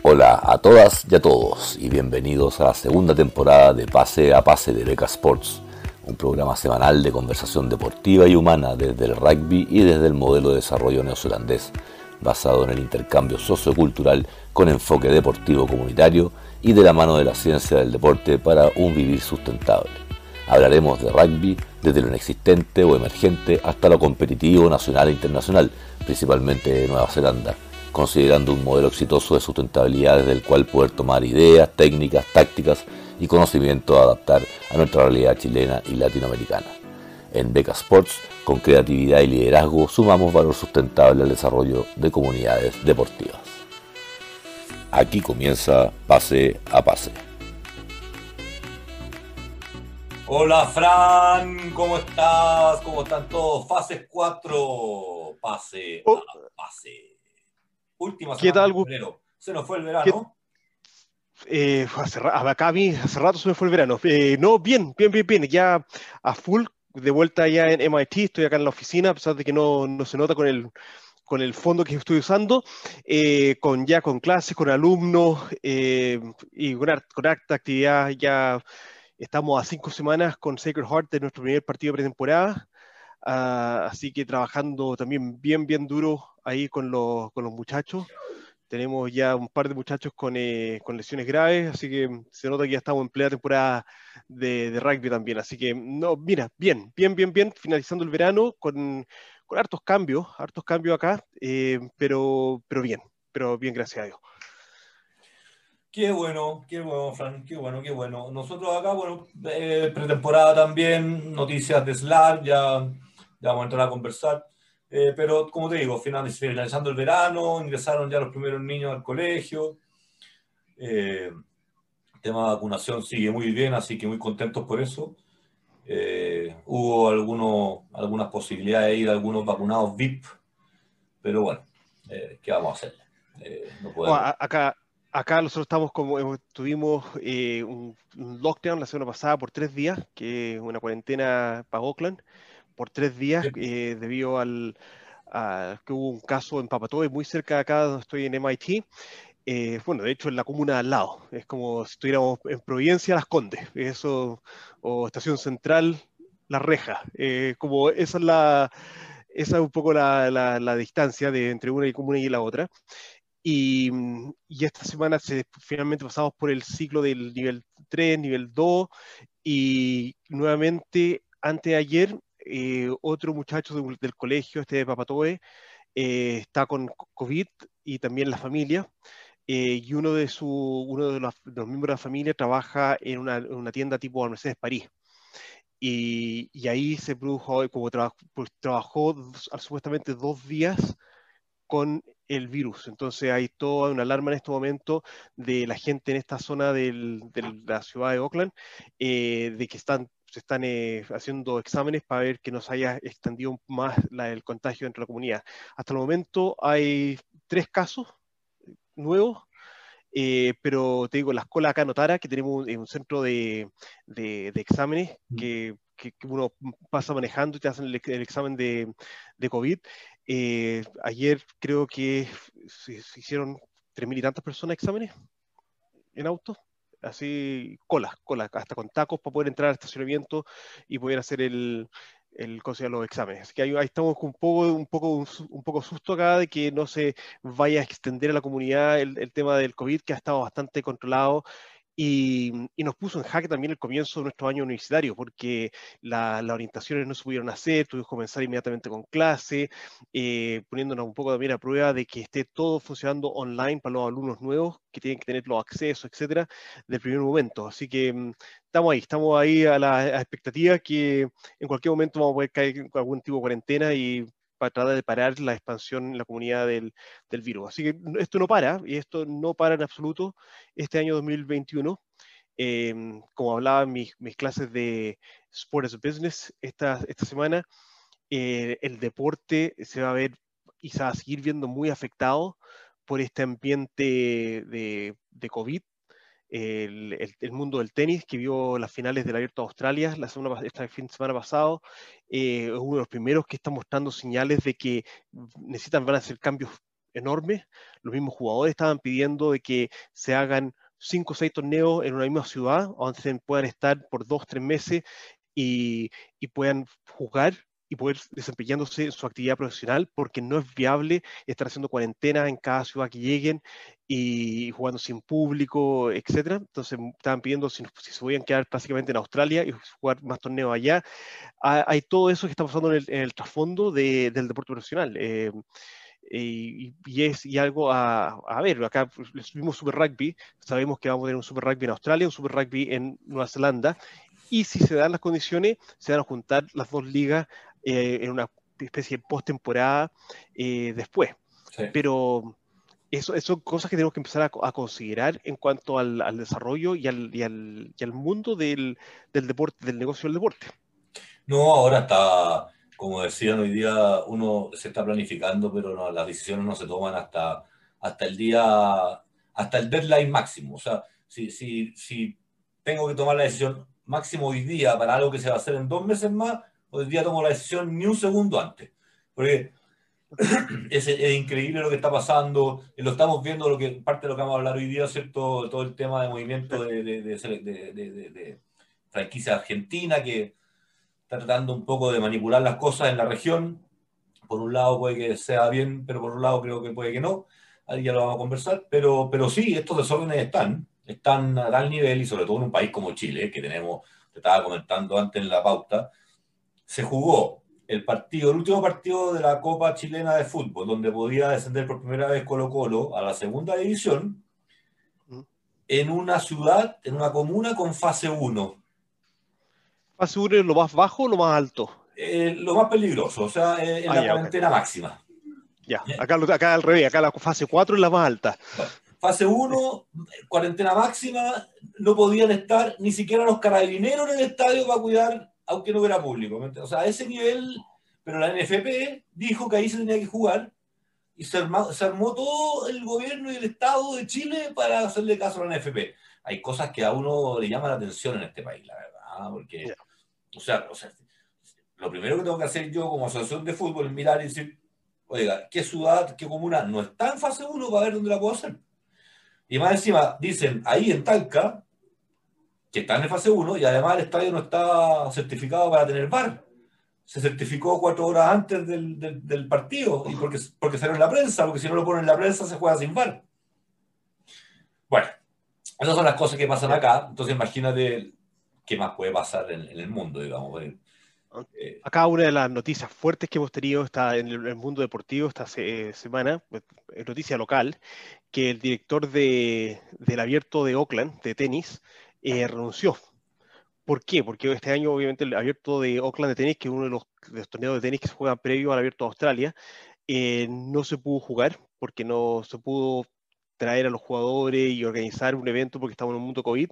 Hola a todas y a todos y bienvenidos a la segunda temporada de Pase a Pase de Beca Sports, un programa semanal de conversación deportiva y humana desde el rugby y desde el modelo de desarrollo neozelandés, basado en el intercambio sociocultural con enfoque deportivo comunitario y de la mano de la ciencia del deporte para un vivir sustentable. Hablaremos de rugby desde lo inexistente o emergente hasta lo competitivo nacional e internacional, principalmente de Nueva Zelanda, considerando un modelo exitoso de sustentabilidad desde el cual poder tomar ideas, técnicas, tácticas y conocimiento a adaptar a nuestra realidad chilena y latinoamericana. En Beca Sports, con creatividad y liderazgo, sumamos valor sustentable al desarrollo de comunidades deportivas. Aquí comienza Pase a Pase. Hola Fran, ¿cómo estás? ¿Cómo están todos? Fase 4, pase a Oh, pase. Última ¿qué semana de tal, febrero. Se nos fue el ¿Qué, verano. acá a mí hace rato se me fue el verano. No, bien. Ya a full, de vuelta ya en MIT, estoy acá en la oficina, a pesar de que no se nota con el fondo que estoy usando, con clases, con alumnos y con harta actividad. Ya estamos a 5 semanas con Sacred Heart de nuestro primer partido de pretemporada. Así que trabajando también bien duro ahí con los muchachos. Tenemos ya un par de muchachos con lesiones graves, así que se nota que ya estamos en plena temporada de rugby también. Así que, no, mira, bien, finalizando el verano con hartos cambios acá, pero bien, gracias a Dios. Qué bueno, Fran, qué bueno. Nosotros acá, bueno, pretemporada también, noticias de SLAR, ya vamos a entrar a conversar. Pero como te digo, finalizando el verano, ingresaron ya los primeros niños al colegio. El tema de vacunación sigue muy bien, así que muy contentos por eso. Hubo algunas posibilidades de ir a algunos vacunados VIP, pero bueno, ¿qué vamos a hacer? No O, podemos. acá nosotros estamos tuvimos un lockdown la semana pasada por 3 días, que es una cuarentena para Auckland, por 3 días, debido a que hubo un caso en Papatoe, muy cerca de acá donde estoy en MIT. Bueno, de hecho en la comuna de al lado, es como si estuviéramos en Providencia, Las Condes, eso, o Estación Central, La Reja, como esa es un poco la distancia entre una comuna y la otra. Y esta semana finalmente pasamos por el ciclo del nivel 3, nivel 2, y nuevamente, antes de ayer, otro muchacho del colegio, este de Papatoe, está con COVID y también la familia. Y uno de los miembros de la familia trabaja en una tienda tipo Mercedes París. Y ahí se produjo, como pues, trabajó supuestamente 2 días con el virus. Entonces hay toda una alarma en este momento de la gente en esta zona de la ciudad de Auckland, de que se están haciendo exámenes para ver que no se haya extendido más el contagio entre la comunidad. Hasta el momento hay 3 casos nuevos, pero te digo, la escuela acá en Otara, que tenemos un centro de exámenes que uno pasa manejando y te hacen el examen de COVID. Ayer creo que se hicieron 3.000 y tantas personas exámenes en auto, así colas, hasta con tacos para poder entrar al estacionamiento y poder hacer ¿cómo se llama? Los exámenes. Así que ahí estamos con un poco susto acá de que no se vaya a extender a la comunidad el tema del COVID, que ha estado bastante controlado. Y nos puso en jaque también el comienzo de nuestro año universitario, porque las orientaciones no se pudieron hacer, tuvimos que comenzar inmediatamente con clase, poniéndonos un poco también a prueba de que esté todo funcionando online para los alumnos nuevos que tienen que tener los accesos, etcétera, del primer momento. Así que estamos ahí a la expectativa que en cualquier momento vamos a poder caer con algún tipo de cuarentena y para tratar de parar la expansión en la comunidad del virus. Así que esto no para, y esto no para en absoluto este año 2021. Como hablaba en mis clases de Sport as a Business esta semana, el deporte se va a ver y se va a seguir viendo muy afectado por este ambiente de COVID. El mundo del tenis, que vio las finales del Abierto de Australia este fin de semana pasado, es uno de los primeros que está mostrando señales de que van a hacer cambios enormes. Los mismos jugadores estaban pidiendo de que se hagan 5 o 6 torneos en una misma ciudad, donde puedan estar por 2 o 3 meses y puedan jugar y poder desempeñándose en su actividad profesional, porque no es viable estar haciendo cuarentena en cada ciudad que lleguen y jugando sin público, etcétera. Entonces estaban pidiendo si se podían quedar básicamente en Australia y jugar más torneos allá. Hay todo eso que está pasando en el trasfondo del deporte profesional. Y algo a ver, acá vimos Super Rugby, sabemos que vamos a tener un Super Rugby en Australia, un Super Rugby en Nueva Zelanda, y si se dan las condiciones, se van a juntar las dos ligas en una especie de postemporada después. Sí. Pero eso son cosas que tenemos que empezar a considerar en cuanto al desarrollo y al mundo del deporte, del negocio del deporte. No, ahora está, como decían hoy día, uno se está planificando, pero no, las decisiones no se toman hasta el día, hasta el deadline máximo. O sea, si tengo que tomar la decisión máximo hoy día para algo que se va a hacer en 2 meses más, hoy día tomo la decisión ni un segundo antes. Porque es increíble lo que está pasando, lo estamos viendo, parte de lo que vamos a hablar hoy día, ¿cierto? Todo el tema de movimiento de franquicia argentina que está tratando un poco de manipular las cosas en la región. Por un lado puede que sea bien, pero por un lado creo que puede que no. Ahí ya lo vamos a conversar. Pero sí, estos desórdenes están a tal nivel, y sobre todo en un país como Chile, que tenemos, te estaba comentando antes en la pauta, se jugó el último partido de la Copa Chilena de Fútbol, donde podía descender por primera vez Colo-Colo a la segunda división, en una ciudad, en una comuna con fase 1. ¿Fase 1 es lo más bajo o lo más alto? Lo más peligroso, o sea, en la cuarentena máxima. Ya, acá al revés, acá la fase 4 es la más alta. Bueno, fase 1, cuarentena máxima, no podían estar ni siquiera los carabineros en el estadio para cuidar, aunque no hubiera público. O sea, a ese nivel, pero la NFP dijo que ahí se tenía que jugar y se armó todo el gobierno y el Estado de Chile para hacerle caso a la NFP. Hay cosas que a uno le llaman la atención en este país, la verdad, porque, o sea, lo primero que tengo que hacer yo como asociación de fútbol es mirar y decir, oiga, ¿qué ciudad, qué comuna no está en fase 1 para ver dónde la puedo hacer? Y más encima, dicen ahí en Talca, que están en fase 1, y además el estadio no está certificado para tener VAR. Se certificó 4 horas antes del partido, y porque salió en la prensa, porque si no lo ponen en la prensa se juega sin VAR. Bueno, esas son las cosas que pasan acá, entonces imagínate qué más puede pasar en el mundo, digamos. Acá una de las noticias fuertes que hemos tenido está en el mundo deportivo esta semana, noticia local, que el director del Abierto de Auckland, de tenis, renunció. ¿Por qué? Porque este año, obviamente, el Abierto de Auckland de tenis, que es uno de los torneos de tenis que se juegan previo al Abierto de Australia, no se pudo jugar porque no se pudo traer a los jugadores y organizar un evento porque estamos en un mundo COVID.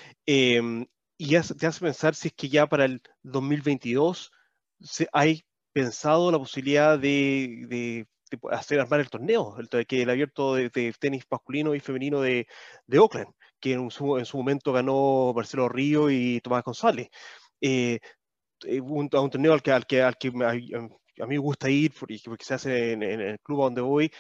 Y te hace pensar si es que ya para el 2022 hay pensado la posibilidad de hacer armar el torneo, que el Abierto de tenis masculino y femenino de Auckland, que en su momento ganó Marcelo Río y Tomás González. Un torneo al que a mí me gusta ir porque se hace en el club a donde voy.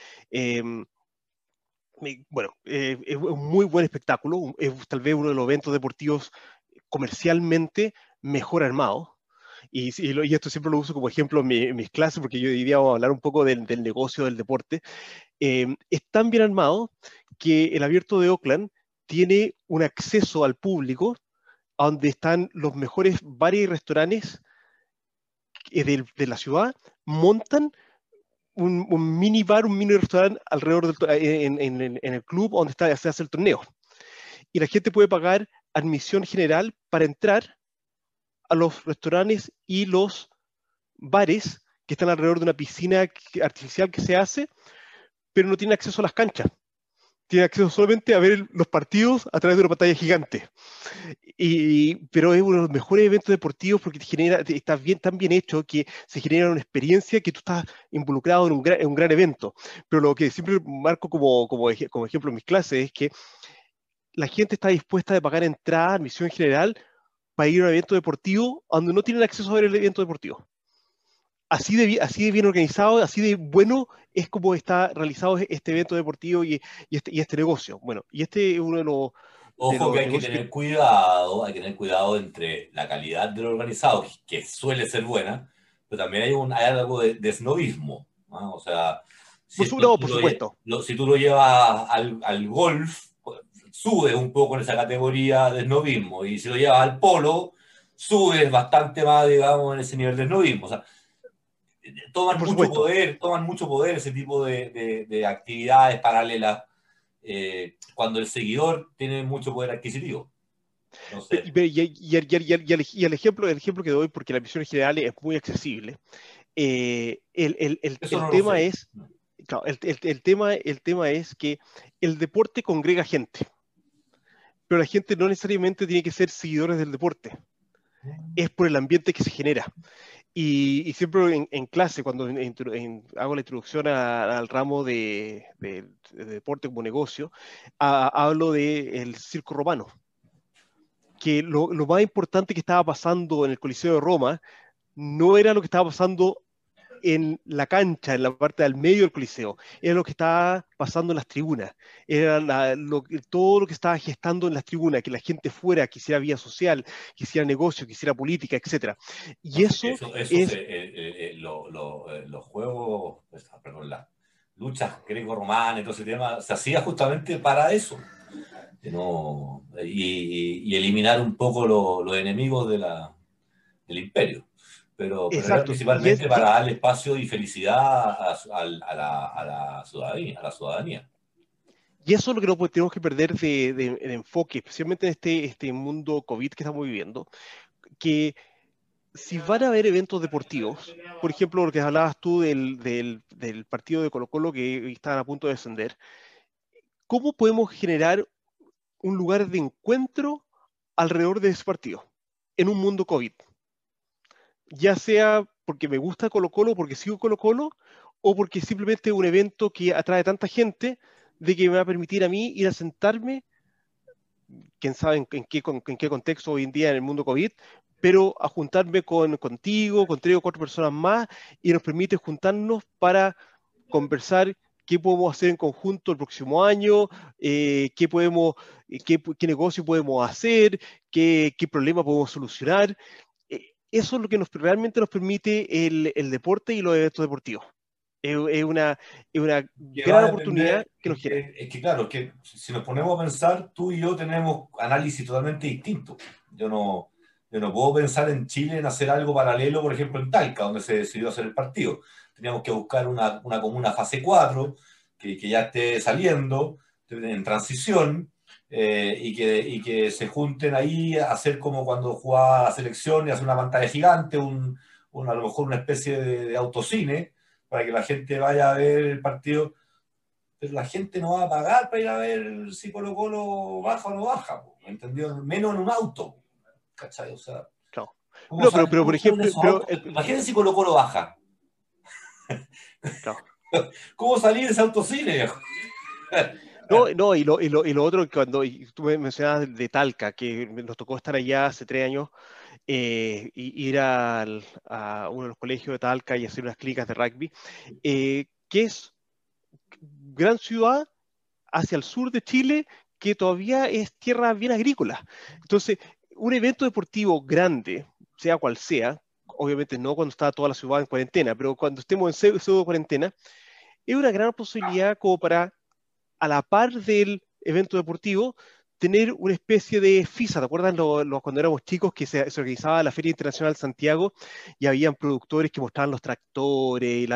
Bueno, es un muy buen espectáculo, es tal vez uno de los eventos deportivos comercialmente mejor armado. Y esto siempre lo uso como ejemplo en mis clases, porque yo hoy día vamos a hablar un poco del negocio del deporte. Es tan bien armado que el Abierto de Auckland tiene un acceso al público a donde están los mejores bares y restaurantes de la ciudad, montan un mini bar, un mini restaurante alrededor en el club donde se hace el torneo. Y la gente puede pagar admisión general para entrar a los restaurantes y los bares que están alrededor de una piscina artificial que se hace, pero no tiene acceso a las canchas. Tiene acceso solamente a ver los partidos a través de una pantalla gigante. Pero es uno de los mejores eventos deportivos porque está tan bien hecho que se genera una experiencia que tú estás involucrado en un gran evento. Pero lo que siempre marco como ejemplo en mis clases es que la gente está dispuesta a pagar entrada, admisión general, para ir a un evento deportivo donde no tienen acceso a ver el evento deportivo. así de bien organizado, así de bueno es como está realizado este evento deportivo y este negocio. Bueno, y este es uno de Ojo que los hay que negocios que... tener hay que tener cuidado entre la calidad de lo organizado, que suele ser buena, pero también hay algo de snobismo, ¿no? O sea, si esto No, por supuesto. si tú lo llevas al golf, pues, subes un poco en esa categoría de snobismo, y si lo llevas al polo, subes bastante más, digamos, en ese nivel de snobismo. O sea, Por supuesto. toman mucho poder ese tipo de actividades paralelas cuando el seguidor tiene mucho poder adquisitivo. Entonces, El ejemplo que doy, porque la visión general es muy accesible, eso el no lo tema sé. es, claro, el tema es que el deporte congrega gente, pero la gente no necesariamente tiene que ser seguidores del deporte, es por el ambiente que se genera. Y siempre en clase, cuando hago la introducción al ramo de deporte como negocio, hablo del circo romano, que lo más importante que estaba pasando en el Coliseo de Roma no era lo que estaba pasando en la cancha, en la parte del medio del Coliseo, era lo que estaba pasando en las tribunas, era todo lo que estaba gestando en las tribunas, que la gente fuera, quisiera vida social, quisiera negocio, quisiera política, etc. No Y sé, eso eso es, los juegos, perdón, las luchas greco-romanas y todo ese tema, se hacía justamente para eso. No, y eliminar un poco los enemigos del imperio. Pero era exacto, y principalmente para darle espacio y felicidad a la ciudadanía, a la ciudadanía. y eso es lo que no tenemos que perder de enfoque, especialmente en este mundo COVID que estamos viviendo, que si van a haber eventos deportivos, por ejemplo, lo que hablabas tú del partido de Colo-Colo que estaban a punto de descender, ¿cómo podemos generar un lugar de encuentro alrededor de ese partido en un mundo COVID? Ya sea porque me gusta Colo-Colo, porque sigo Colo-Colo, o porque simplemente es un evento que atrae tanta gente de que me va a permitir a mí ir a sentarme, quién sabe en qué contexto hoy en día en el mundo COVID, pero a juntarme contigo, con 3 o 4 personas más, y nos permite juntarnos para conversar qué podemos hacer en conjunto el próximo año, qué negocio podemos hacer, qué problema podemos solucionar. Eso es lo que realmente nos permite el deporte y los eventos deportivos. Es una Que va gran a oportunidad depender, que nos genera. claro, que si nos ponemos a pensar, tú y yo tenemos análisis totalmente distintos. Yo no, yo no puedo pensar en Chile en hacer algo paralelo, por ejemplo, en Talca, donde se decidió hacer el partido. Teníamos que buscar una comuna fase 4 que ya esté saliendo, en transición, y que se junten ahí a hacer como cuando jugaba la selección y hacer una pantalla gigante, a lo mejor una especie de autocine para que la gente vaya a ver el partido, pero la gente no va a pagar para ir a ver si Colo Colo baja o no baja, ¿me entendió? Menos en un auto, ¿cachai? O sea, Claro. No, pero ¿cómo por salen ejemplo, esos autos? Imagínense si Colo Colo baja. claro. ¿Cómo salir de ese autocine, viejo? No, no, y lo otro, y tú me mencionabas de Talca, que nos tocó estar allá hace 3 años, y ir a uno de los colegios de Talca y hacer unas clínicas de rugby, que es gran ciudad hacia el sur de Chile, que todavía es tierra bien agrícola. Entonces, un evento deportivo grande, sea cual sea, obviamente no cuando está toda la ciudad en cuarentena, pero cuando estemos en pseudo cuarentena, es una gran posibilidad como para, a la par del evento deportivo, tener una especie de FISA. ¿Te acuerdas cuando éramos chicos que se organizaba la Feria Internacional de Santiago y habían productores que mostraban los tractores y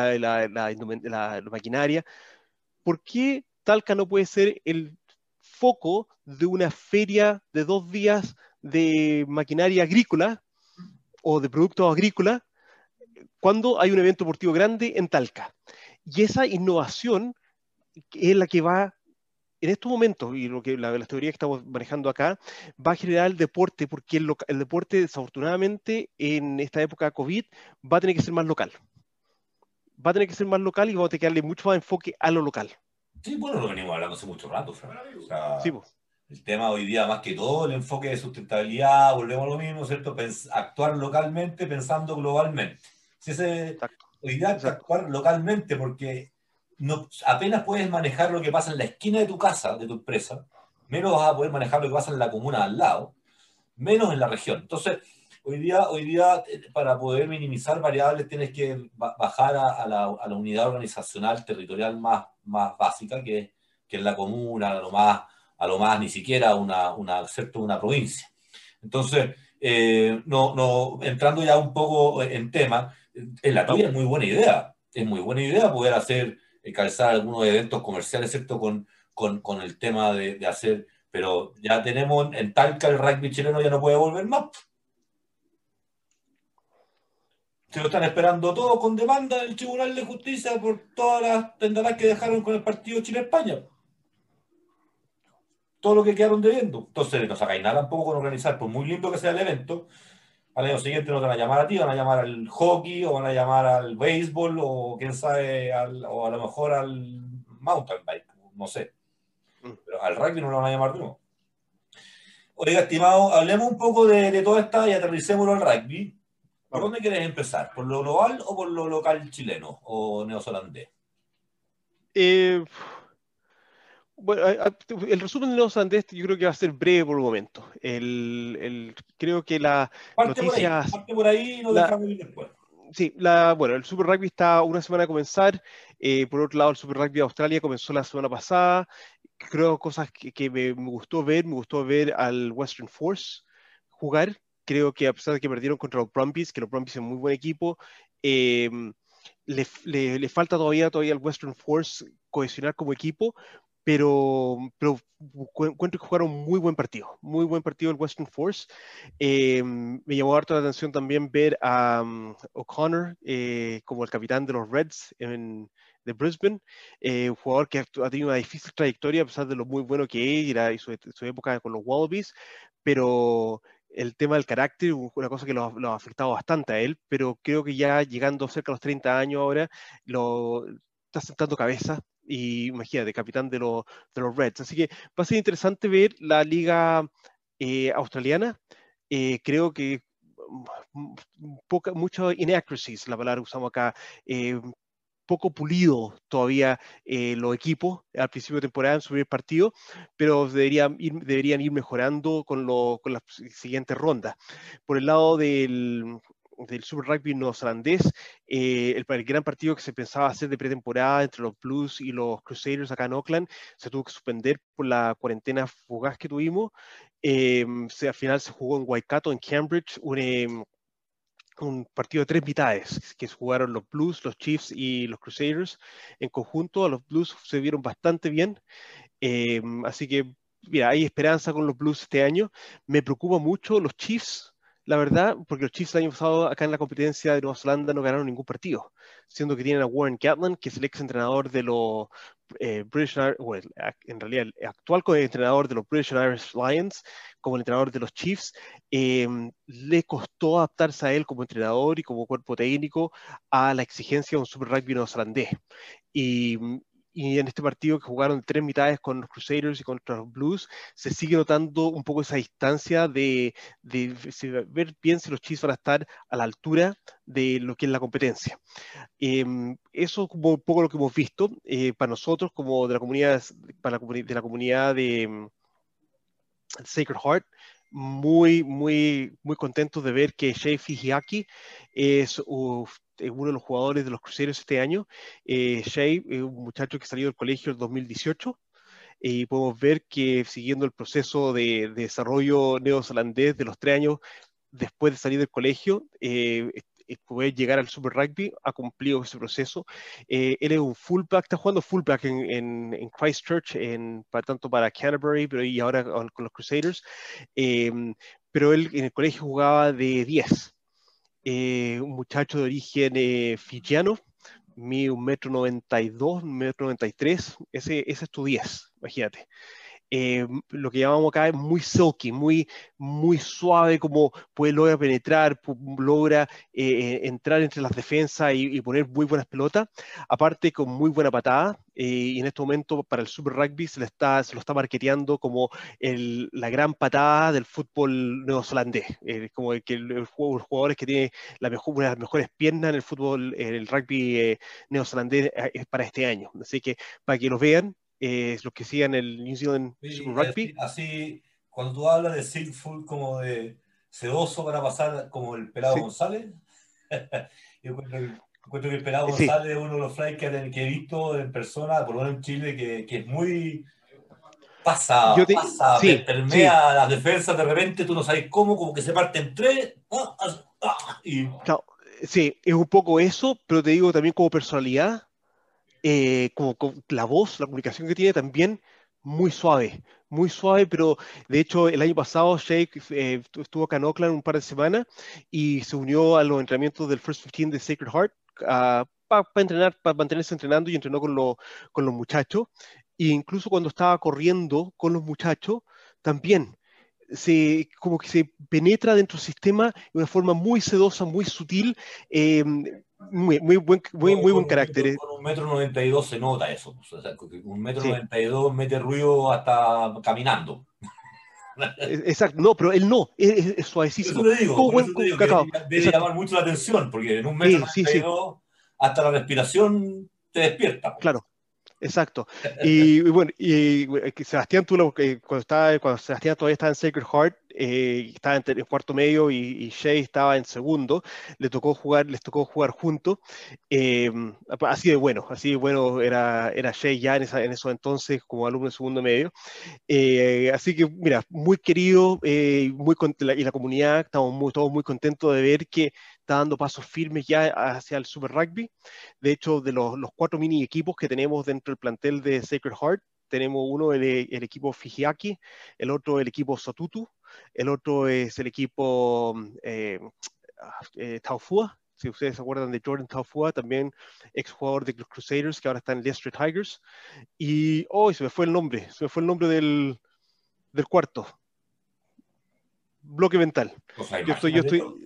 la maquinaria? ¿Por qué Talca no puede ser el foco de una feria de 2 días de maquinaria agrícola o de productos agrícolas cuando hay un evento deportivo grande en Talca? Y esa innovación es la que va, en estos momentos, y las teorías que estamos manejando acá, va a generar el deporte, porque el deporte, desafortunadamente, en esta época de COVID, va a tener que ser más local. Va a tener que ser más local y vamos a tener que darle mucho más enfoque a lo local. Sí, bueno, lo venimos hablando hace mucho rato, Fran. O Sí, sea, pues. el tema hoy día, más que todo, el enfoque de sustentabilidad, volvemos a lo mismo, ¿cierto? Actuar localmente pensando globalmente. Exacto. Hoy día hay que actuar localmente porque apenas puedes manejar lo que pasa en la esquina de tu casa, de tu empresa, menos vas a poder manejar lo que pasa en la comuna al lado, menos en la región. Entonces, hoy día para poder minimizar variables tienes que bajar a la unidad organizacional territorial más básica, que es la comuna, a lo más ni siquiera excepto una provincia. Entonces, entrando ya un poco en tema, la tuya es muy buena idea. Es muy buena idea poder hacer, calzar algunos eventos comerciales, ¿cierto? Con el tema de hacer, pero ya tenemos en Talca el rugby chileno ya no puede volver más. Se lo están esperando todo con demanda del Tribunal de Justicia por todas las tendalás que dejaron con el partido Chile-España. Todo lo que quedaron debiendo. Entonces no sacáis nada tampoco con organizar, por muy lindo que sea el evento. Al año siguiente no te van a llamar a ti, van a llamar al hockey, o van a llamar al béisbol, o quién sabe, o a lo mejor al mountain bike, no sé. Pero al rugby no lo van a llamar de nuevo. Oiga, estimado, hablemos un poco de toda esta y aterricémoslo al rugby. ¿Por dónde quieres empezar? ¿Por lo global o por lo local chileno o neozelandés? Bueno, el resumen de los Andes yo creo que va a ser breve por el momento. Creo que la noticia... Parte por ahí y nos dejamos ir después. Sí, bueno, el Super Rugby está una semana a comenzar. Por otro lado, el Super Rugby de Australia comenzó la semana pasada. Creo cosas que me gustó ver al Western Force jugar. Creo que a pesar de que perdieron contra los Brumbies, que los Brumbies es un muy buen equipo, le falta todavía al Western Force cohesionar como equipo, pero encuentro que jugaron muy buen partido el Western Force. Me llamó harto la atención también ver a O'Connor como el capitán de los Reds de Brisbane, un jugador que ha tenido una difícil trayectoria a pesar de lo muy bueno que era y su época con los Wallabies, pero el tema del carácter, una cosa que lo ha afectado bastante a él, pero creo que ya llegando cerca de los 30 años ahora, lo está sentando cabeza. Y imagínate, capitán de los Reds. Así que va a ser interesante ver la liga australiana. Creo que muchas inaccuracies, la palabra que usamos acá, poco pulido todavía los equipos al principio de temporada en su primer partido, pero deberían ir mejorando con las siguientes rondas. Por el lado del Super Rugby neozelandés, el gran partido que se pensaba hacer de pretemporada entre los Blues y los Crusaders acá en Auckland se tuvo que suspender por la cuarentena fugaz que tuvimos. Al final se jugó en Waikato, en Cambridge, un partido de 3 mitades que jugaron los Blues, los Chiefs y los Crusaders en conjunto. A los Blues se vieron bastante bien, así que mira, hay esperanza con los Blues este año. Me preocupa mucho los Chiefs, la verdad, porque los Chiefs el año pasado acá en la competencia de Nueva Zelanda no ganaron ningún partido, siendo que tienen a Warren Gatland, que es el ex entrenador de los British, well, en realidad el actual entrenador de los British and Irish Lions, como el entrenador de los Chiefs. Le costó adaptarse a él como entrenador y como cuerpo técnico a la exigencia de un Super Rugby neozelandés. Y en este partido que jugaron 3 mitades con los Crusaders y contra los Blues, se sigue notando un poco esa distancia de ver bien si los Chiefs van a estar a la altura de lo que es la competencia. Eso como un poco lo que hemos visto para nosotros como de la comunidad, de la comunidad de Sacred Heart. Muy, muy, muy contentos de ver que Shea Fihiaki es uno de los jugadores de los Crusaders este año. Shea es un muchacho que salió del colegio en 2018 y podemos ver que siguiendo el proceso de desarrollo neozelandés de los 3 años después de salir del colegio, poder llegar al Super Rugby, ha cumplido ese proceso. Él es un fullback, está jugando fullback en Christchurch, tanto para Canterbury pero y ahora con los Crusaders, pero él en el colegio jugaba de 10. Un muchacho de origen fijiano, mide 1,92 m, 1,93 m, ese es tu 10, imagínate. lo que llamamos acá es muy silky, muy suave, como logra penetrar, logra entrar entre las defensas y poner muy buenas pelotas, aparte con muy buena patada, y en este momento para el Super Rugby se lo está marketeando como la gran patada del fútbol neozelandés, como los jugadores que tiene una de las mejores piernas en el fútbol, en el rugby neozelandés para este año. Así que para que lo vean, los que sigan el New Zealand Super Y Rugby. así, cuando tú hablas de Silkful como de sedoso para pasar como el Pelado Sí, González, yo encuentro que el Pelado sí. González es uno de los flyers que he visto en persona, por lo menos en Chile, que es muy... Sí, sí. Permea las defensas de repente, tú no sabes cómo, como que se parte en tres, y Claro, sí, es un poco eso, pero te digo también como personalidad, como la voz, la comunicación que tiene también muy suave, pero de hecho el año pasado Shake estuvo acá en Oakland un par de semanas y se unió a los entrenamientos del First 15 de Sacred Heart para entrenar, para mantenerse entrenando y entrenó con los muchachos. E incluso cuando estaba corriendo con los muchachos, también como que se penetra dentro del sistema de una forma muy sedosa, muy sutil, muy buen carácter. con un metro 92 se nota eso. O sea, un metro Sí, 92 mete ruido hasta caminando. exacto, no, pero él no, es suavecísimo. Como Por buen eso te digo que cacao, debe exacto. llamar mucho la atención, porque en un metro Sí, sí, noventa y sí, dos hasta la respiración te despierta. claro. Exacto. Bueno, que Sebastián, cuando Sebastián todavía estaba en Sacred Heart, estaba en cuarto medio y Shea estaba en segundo, les tocó jugar juntos. eh, así de bueno era Shea ya en esos entonces como alumno de segundo medio. Así que, mira, muy querido, y la comunidad, todos muy contentos de ver que está dando pasos firmes ya hacia el Super Rugby. De hecho, de los cuatro mini equipos que tenemos dentro del plantel de Sacred Heart, tenemos uno, el equipo Fijiaki, el otro, el equipo Sotutu, el otro es el equipo Taufua. Si ustedes se acuerdan de Jordan Taufua, también exjugador de los Crusaders, que ahora está en Leicester Tigers. Y hoy se me fue el nombre del cuarto, bloque mental. O sea, Yo estoy, yo imagínate. estoy,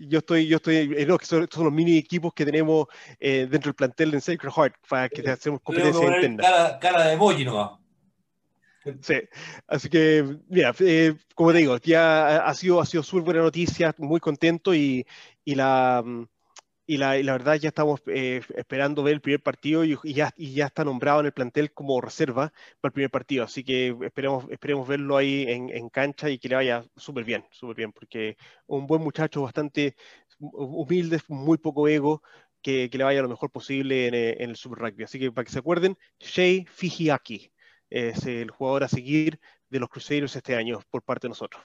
no, que son los mini equipos que tenemos dentro del plantel en Sacred Heart para que hacemos Tengo que competencia poner interna. cara de emoji nomás. Sí, así que, mira, como te digo, ya ha sido súper buena noticia, muy contento y la, y la verdad ya estamos esperando ver el primer partido y ya está nombrado en el plantel como reserva para el primer partido. Así que esperemos verlo ahí en cancha y que le vaya súper bien, porque un buen muchacho bastante humilde, muy poco ego, que le vaya lo mejor posible en el Super Rugby. Así que para que se acuerden, Shea Fijiaki es el jugador a seguir de los Crusaders este año por parte de nosotros.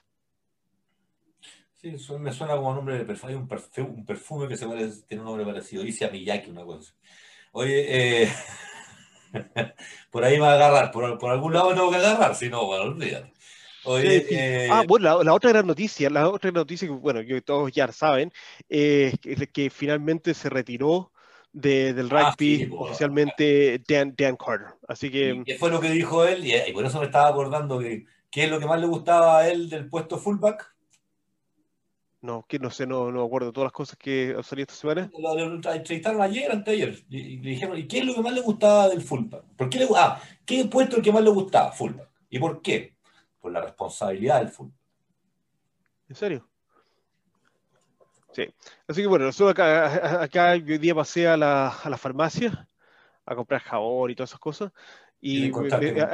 Sí, me suena como nombre de perfume. Hay un perfume que tiene un nombre parecido. Issey Miyake, una cosa así. Oye, por ahí me va a agarrar. Por algún lado tengo que agarrar. Si no, bueno, olvídate. Oye, Bueno, la otra gran noticia que, bueno, que todos ya saben, que finalmente se retiró del sí, rugby pues, oficialmente Dan Carter. Así ¿y que, qué fue lo que dijo él? Y por eso me estaba acordando que qué es lo que más le gustaba a él del puesto fullback. no, que no sé, no me acuerdo todas las cosas que han salido esta semana. Lo entrevistaron ayer, anteayer, y le dijeron, ¿y qué es lo que más le gustaba del fullback? ¿Por qué ¿qué puesto el que más le gustaba? Fullback. ¿Y por qué? Por la responsabilidad del fullback. ¿En serio? Sí. Así que bueno, nosotros acá yo hoy día pasé a la farmacia a comprar jabón y todas esas cosas. Y te Y, encontraste con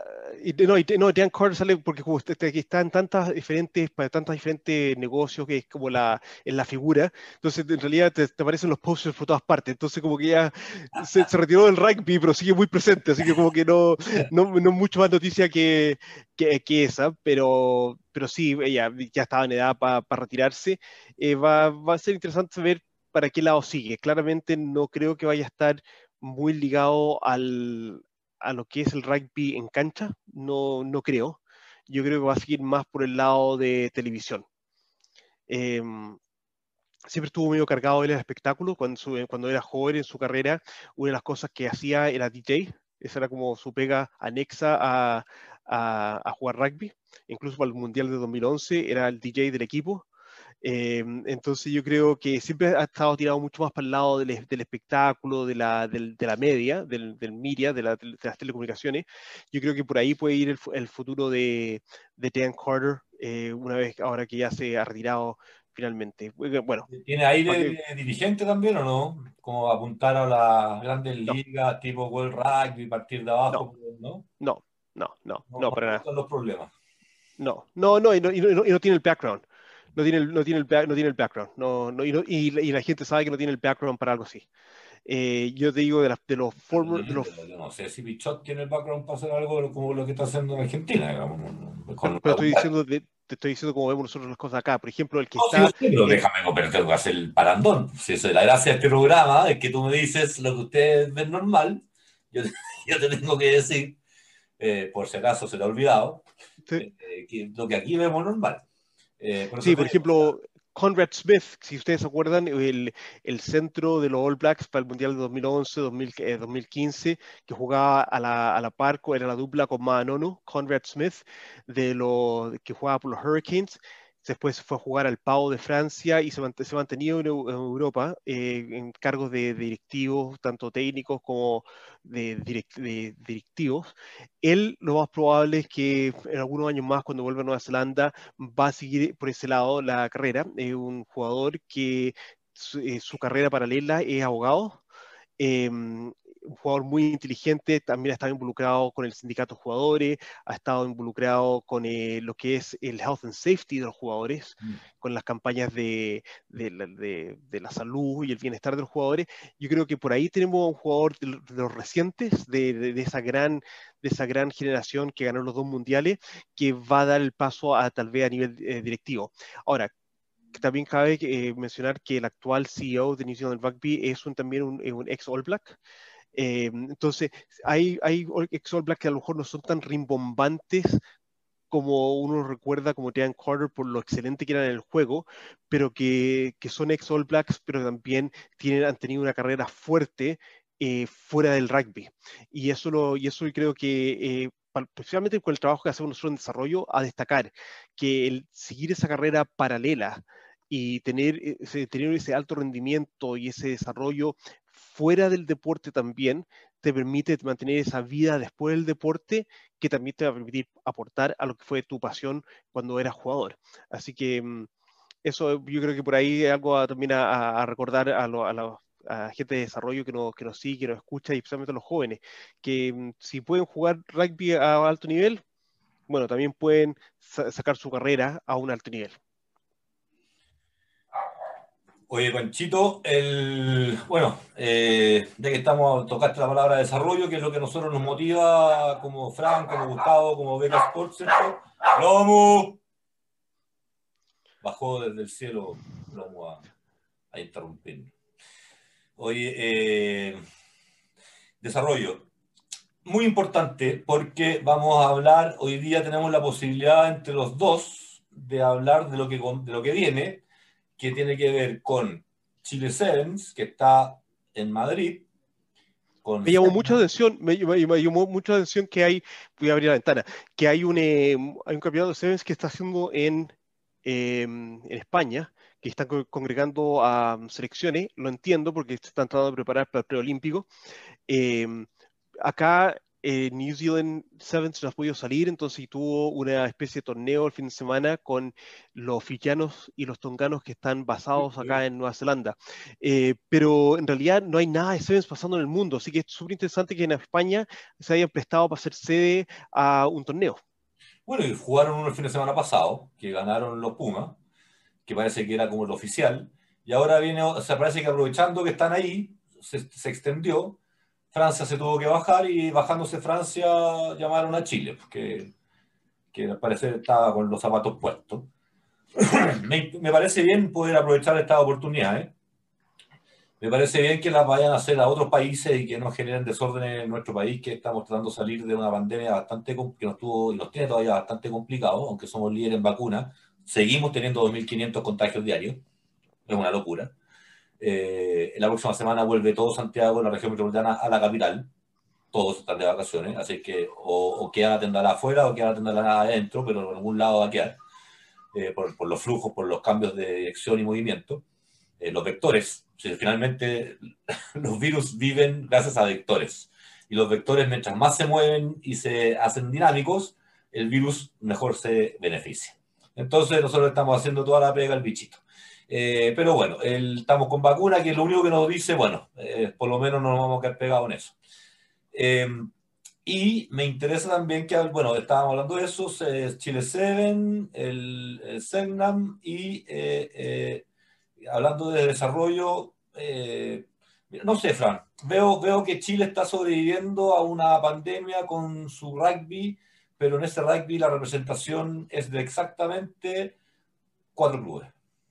no, Dan Carter sale porque como aquí están para tantos diferentes negocios que es como en la figura. Entonces, en realidad te aparecen los posters por todas partes. Entonces, como que ya se retiró del rugby, pero sigue muy presente. Así que como que no mucho más noticia que esa, pero sí, ella ya estaba en edad para retirarse. Va a ser interesante ver para qué lado sigue. Claramente no creo que vaya a estar muy ligado a lo que es el rugby en cancha, no creo. Yo creo que va a seguir más por el lado de televisión. Eh, Siempre estuvo medio cargado él el espectáculo. Cuando era joven en su carrera, una de las cosas que hacía era DJ. Esa era como su pega anexa a jugar rugby. Incluso para el Mundial de 2011 era el DJ del equipo. Entonces yo creo que siempre ha estado tirado mucho más para el lado del espectáculo, de la media, del media, de las telecomunicaciones. Yo creo que por ahí puede ir el futuro de Dan Carter, una vez ahora que ya se ha retirado finalmente. Bueno, ¿Tiene aire de dirigente también o no? Como apuntar a las grandes ligas, tipo World Rugby, partir de abajo, ¿no? No, para nada. Los problemas. No, y no tiene el background. No tiene el background. Y la gente sabe que no tiene el background para algo así. Yo te digo de los former. Yo no sé si Pichot tiene el background para hacer algo como lo que está haciendo en Argentina, digamos. Pero te estoy diciendo cómo vemos nosotros las cosas acá. Por ejemplo, el que está. Sí, pero déjame, pero tengo que hacer el parandón. Si eso es la gracia de este programa, es que tú me dices lo que ustedes ven normal. Yo te tengo que decir, por si acaso se lo ha olvidado, sí. Que lo que aquí vemos normal. Por ejemplo, Conrad Smith, si ustedes se acuerdan, el centro de los All Blacks para el Mundial de 2011, 2015, que jugaba a la par, era la dupla con Maanono, Conrad Smith, que jugaba por los Hurricanes. Después se fue a jugar al Pau de Francia y se ha mantenido en Europa en cargos de directivos, tanto técnicos como de directivos. Él, lo más probable es que en algunos años más, cuando vuelva a Nueva Zelanda, va a seguir por ese lado la carrera. Es un jugador que su carrera paralela es abogado. Un jugador muy inteligente, también ha estado involucrado con el sindicato de jugadores, ha estado involucrado con lo que es el health and safety de los jugadores, con las campañas de la salud y el bienestar de los jugadores. Yo creo que por ahí tenemos un jugador de los recientes, de esa gran generación que ganó los 2 mundiales, que va a dar el paso tal vez a nivel directivo. Ahora, también cabe mencionar que el actual CEO de New Zealand Rugby es también un ex All Black. Entonces, hay ex All Black que a lo mejor no son tan rimbombantes como uno recuerda como Dan Carter por lo excelente que eran en el juego, pero que son ex All Blacks, pero también han tenido una carrera fuerte fuera del rugby. Y eso creo que especialmente con el trabajo que hacemos nosotros en desarrollo, a destacar que el seguir esa carrera paralela y tener ese alto rendimiento y ese desarrollo fuera del deporte también te permite mantener esa vida después del deporte, que también te va a permitir aportar a lo que fue tu pasión cuando eras jugador. Así que eso yo creo que por ahí es algo también a recordar a la gente de desarrollo que nos sigue, que nos escucha, y especialmente a los jóvenes, que si pueden jugar rugby a alto nivel, bueno, también pueden sacar su carrera a un alto nivel. Oye, Panchito, bueno, ya que estamos, tocaste la palabra desarrollo, que es lo que a nosotros nos motiva como Fran, como Gustavo, como Beca Sports, ¿cierto? ¡Lomu! Bajó desde el cielo Lomu a interrumpir. Oye, desarrollo. Muy importante porque vamos a hablar, hoy día tenemos la posibilidad entre los dos de hablar de lo que viene, que tiene que ver con Chile Sevens, que está en Madrid. Me llamó mucha atención, que hay, voy a abrir la ventana, que hay un campeonato de Sevens que está haciendo en España, que están congregando a selecciones. Lo entiendo porque se están tratando de preparar para el preolímpico. Acá New Zealand Sevens no ha podido salir, entonces tuvo una especie de torneo el fin de semana con los fijianos y los tonganos que están basados acá en Nueva Zelanda. Pero en realidad no hay nada de Sevens pasando en el mundo, así que es súper interesante que en España se hayan prestado para ser sede a un torneo. Bueno, y jugaron uno el fin de semana pasado, que ganaron los Pumas, que parece que era como el oficial, y ahora viene, o sea, parece que aprovechando que están ahí, se extendió. Francia se tuvo que bajar y bajándose Francia llamaron a Chile, que al parecer estaba con los zapatos puestos. me parece bien poder aprovechar estas oportunidades. Me parece bien que las vayan a hacer a otros países y que no generen desórdenes en nuestro país, que estamos tratando de salir de una pandemia bastante que nos tuvo y nos tiene todavía bastante complicado, aunque somos líderes en vacunas. Seguimos teniendo 2.500 contagios diarios. Es una locura. La próxima semana vuelve todo Santiago, la región metropolitana, a la capital. todos están de vacaciones, así que o queda la tendalá afuera o queda la tendalá adentro, pero en algún lado va a quedar, por los flujos, por los cambios de dirección y movimiento. Los vectores, finalmente los virus viven gracias a vectores, y los vectores, mientras más se mueven y se hacen dinámicos, el virus mejor se beneficia. Entonces nosotros estamos haciendo toda la pega al bichito. Pero bueno, estamos con vacuna, que es lo único que nos dice, bueno, por lo menos no nos vamos a quedar pegados en eso. Y me interesa también que, bueno, estábamos hablando de eso, Chile 7, el Selknam, y hablando de desarrollo, no sé, Fran, veo que Chile está sobreviviendo a una pandemia con su rugby, pero en ese rugby la representación es de exactamente 4 clubes.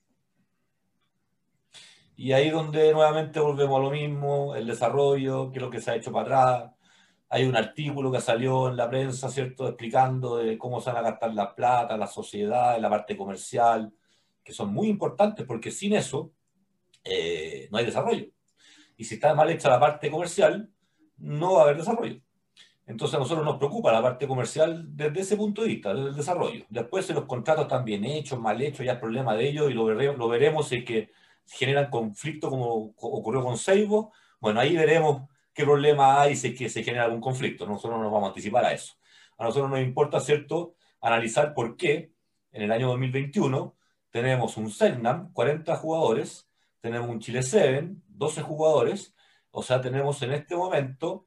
Y ahí donde nuevamente volvemos a lo mismo, el desarrollo, qué es lo que se ha hecho para atrás. Hay un artículo que salió en la prensa, ¿cierto?, explicando de cómo se van a gastar la plata, la sociedad, la parte comercial, que son muy importantes, porque sin eso no hay desarrollo. Y si está mal hecha la parte comercial, no va a haber desarrollo. Entonces a nosotros nos preocupa la parte comercial desde ese punto de vista, desde el desarrollo. Después, si los contratos están bien hechos, mal hechos, ya es problema de ellos, y lo veremos si es que generan conflicto como ocurrió con Seibo. Bueno, ahí veremos qué problema hay, si es que se genera algún conflicto. Nosotros no nos vamos a anticipar a eso. A nosotros nos importa, ¿cierto?, analizar por qué en el año 2021 tenemos un Selknam, 40 jugadores, tenemos un Chile 7, 12 jugadores, o sea, tenemos en este momento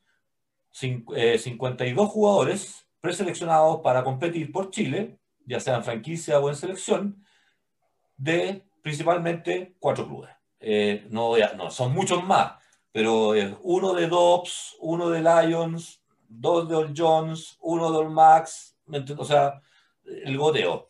52 jugadores preseleccionados para competir por Chile, ya sea en franquicia o en selección, de principalmente 4 clubes. No, son muchos más, pero uno de Dobbs, uno de Lions, 2 de All Jones, uno de All Max, o sea, el goteo.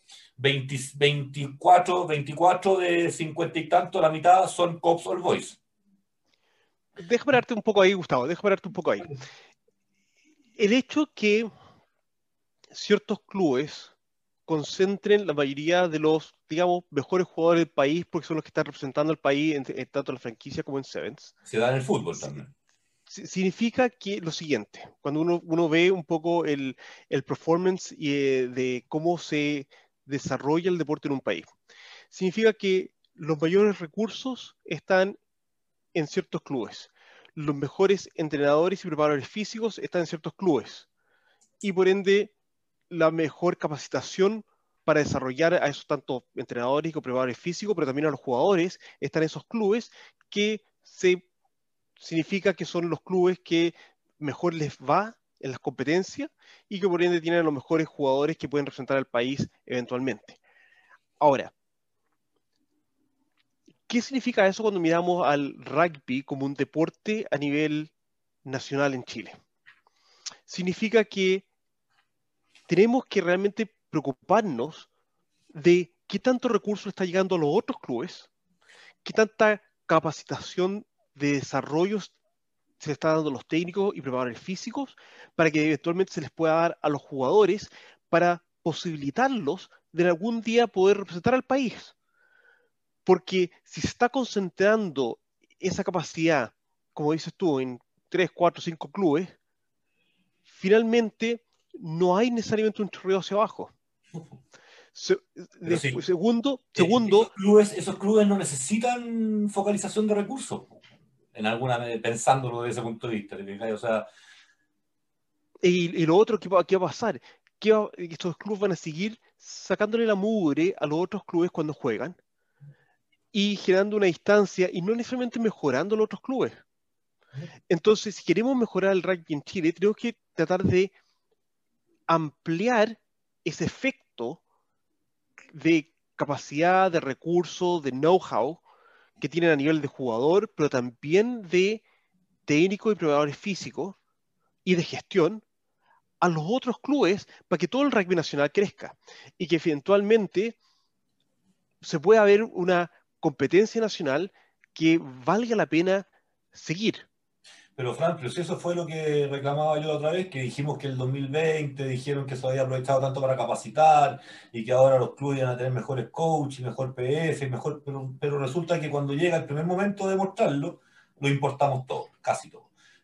24 de 50 y tanto, la mitad son Cops All Boys. Déjame darte un poco ahí, Gustavo, déjame darte un poco ahí. El hecho que ciertos clubes concentren la mayoría de los, digamos, mejores jugadores del país, porque son los que están representando al país tanto en la franquicia como en Sevens. Se da en el fútbol también. Significa que lo siguiente, cuando uno ve un poco el performance de cómo se desarrolla el deporte en un país, significa que los mayores recursos están en ciertos clubes, los mejores entrenadores y preparadores físicos están en ciertos clubes, y por ende la mejor capacitación para desarrollar a esos tanto entrenadores y preparadores físicos, pero también a los jugadores, están en esos clubes que significa que son los clubes que mejor les va en las competencias y que por ende tienen a los mejores jugadores que pueden representar al país eventualmente. Ahora, ¿qué significa eso cuando miramos al rugby como un deporte a nivel nacional en Chile? Significa que tenemos que realmente preocuparnos de qué tanto recurso está llegando a los otros clubes, qué tanta capacitación de desarrollos se le está dando a los técnicos y preparadores físicos para que eventualmente se les pueda dar a los jugadores para posibilitarlos de algún día poder representar al país. Porque si se está concentrando esa capacidad, como dices tú, en 3, 4, 5 clubes, finalmente no hay necesariamente un chorreo hacia abajo. Segundo, esos clubes no necesitan focalización de recursos, pensándolo desde ese punto de vista. O sea, y lo otro, ¿qué va a pasar? Estos clubes van a seguir sacándole la mugre a los otros clubes cuando juegan y generando una distancia y no necesariamente mejorando los otros clubes. Entonces, si queremos mejorar el rugby en Chile, tenemos que tratar de ampliar ese efecto de capacidad, de recursos, de know-how que tienen a nivel de jugador, pero también de técnico y preparadores físicos y de gestión a los otros clubes para que todo el rugby nacional crezca y que eventualmente se pueda ver una competencia nacional que valga la pena seguir. Pero Fran, si eso fue lo que reclamaba yo la otra vez, que dijimos que el 2020 dijeron que se había aprovechado tanto para capacitar y que ahora los clubes iban a tener mejores coaches, mejor PF, pero resulta que cuando llega el primer momento de mostrarlo, lo importamos todo, casi todo.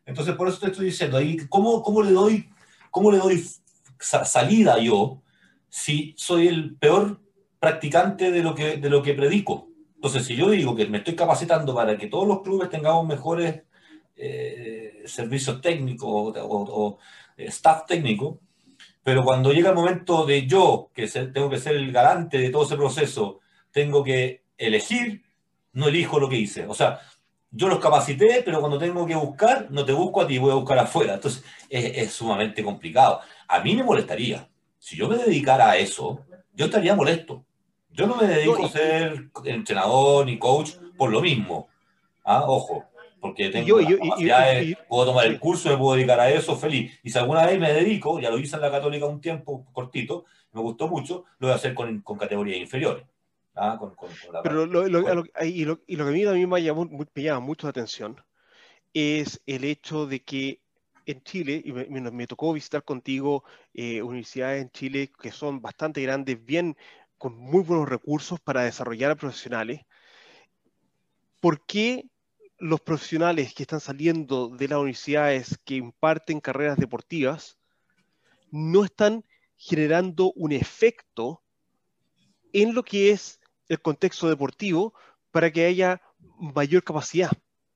Entonces, por eso te estoy diciendo, ahí, ¿cómo le doy salida yo si soy el peor practicante de lo que predico? Entonces, si yo digo que me estoy capacitando para que todos los clubes tengamos mejores servicios técnicos o staff técnico, pero cuando llega el momento de yo, tengo que ser el garante de todo ese proceso, tengo que elegir, no elijo lo que hice. O sea, yo los capacité, pero cuando tengo que buscar, no te busco a ti, voy a buscar afuera. Entonces, es sumamente complicado. A mí me molestaría. Si yo me dedicara a eso, yo estaría molesto. Yo no me No, dedico a ser entrenador ni coach por lo mismo. ¿Ah? Ojo, porque y yo, tengo y las yo, capacidades, puedo tomar el sí. curso, me puedo dedicar a eso, feliz. Y si alguna vez me dedico, ya lo hice en la Católica un tiempo cortito, me gustó mucho, lo voy a hacer con categorías inferiores. ¿Ah? Con la Pero parte. Bueno, y lo que a mí también me llama mucho la atención es el hecho de que en Chile, y me tocó visitar contigo universidades en Chile que son bastante grandes, bien, con muy buenos recursos para desarrollar a profesionales. ¿Por qué los profesionales que están saliendo de las universidades que imparten carreras deportivas no están generando un efecto en lo que es el contexto deportivo para que haya mayor capacidad?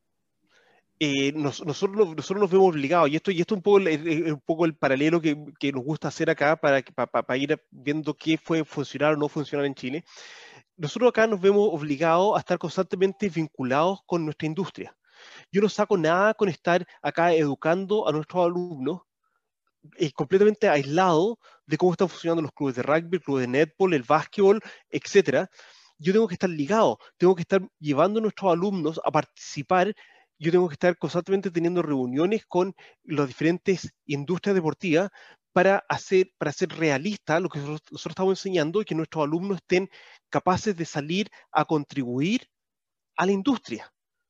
Nosotros nos vemos obligados, y esto es un poco el paralelo que nos gusta hacer acá para ir viendo qué fue funcionar o no funcionar en Chile. Nosotros acá nos vemos obligados a estar constantemente vinculados con nuestra industria. Yo no saco nada con estar acá educando a nuestros alumnos completamente aislado de cómo están funcionando los clubes de rugby, el club de netball, el básquetbol, etcétera. Yo tengo que estar ligado, tengo que estar llevando a nuestros alumnos a participar. Yo tengo que estar constantemente teniendo reuniones con las diferentes industrias deportivas para ser realista lo que nosotros estamos enseñando y que nuestros alumnos estén capaces de salir a contribuir a la industria.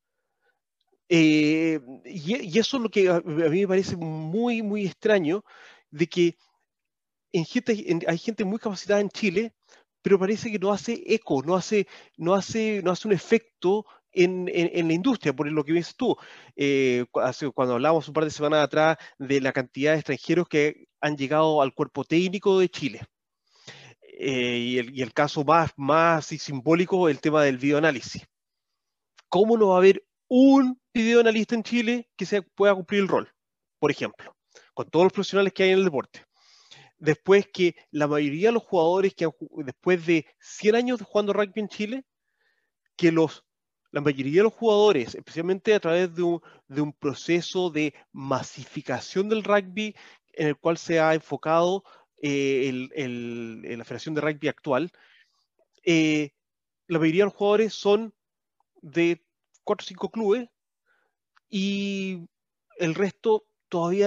Y eso es lo que a mí me parece muy, muy extraño, de que hay gente muy capacitada en Chile, pero parece que no hace eco, no hace un efecto en la industria, por lo que dices tú. Cuando hablábamos un par de semanas atrás de la cantidad de extranjeros que han llegado al cuerpo técnico de Chile. Y el caso más simbólico, el tema del videoanálisis. ¿Cómo no va a haber un videoanalista en Chile que pueda cumplir el rol? Por ejemplo, con todos los profesionales que hay en el deporte. Después que la mayoría de los jugadores después de 100 años jugando rugby en Chile, que la mayoría de los jugadores, especialmente a través de un proceso de masificación del rugby en el cual se ha enfocado la Federación de Rugby actual, la mayoría de los jugadores son de 4 o 5 clubes y el resto todavía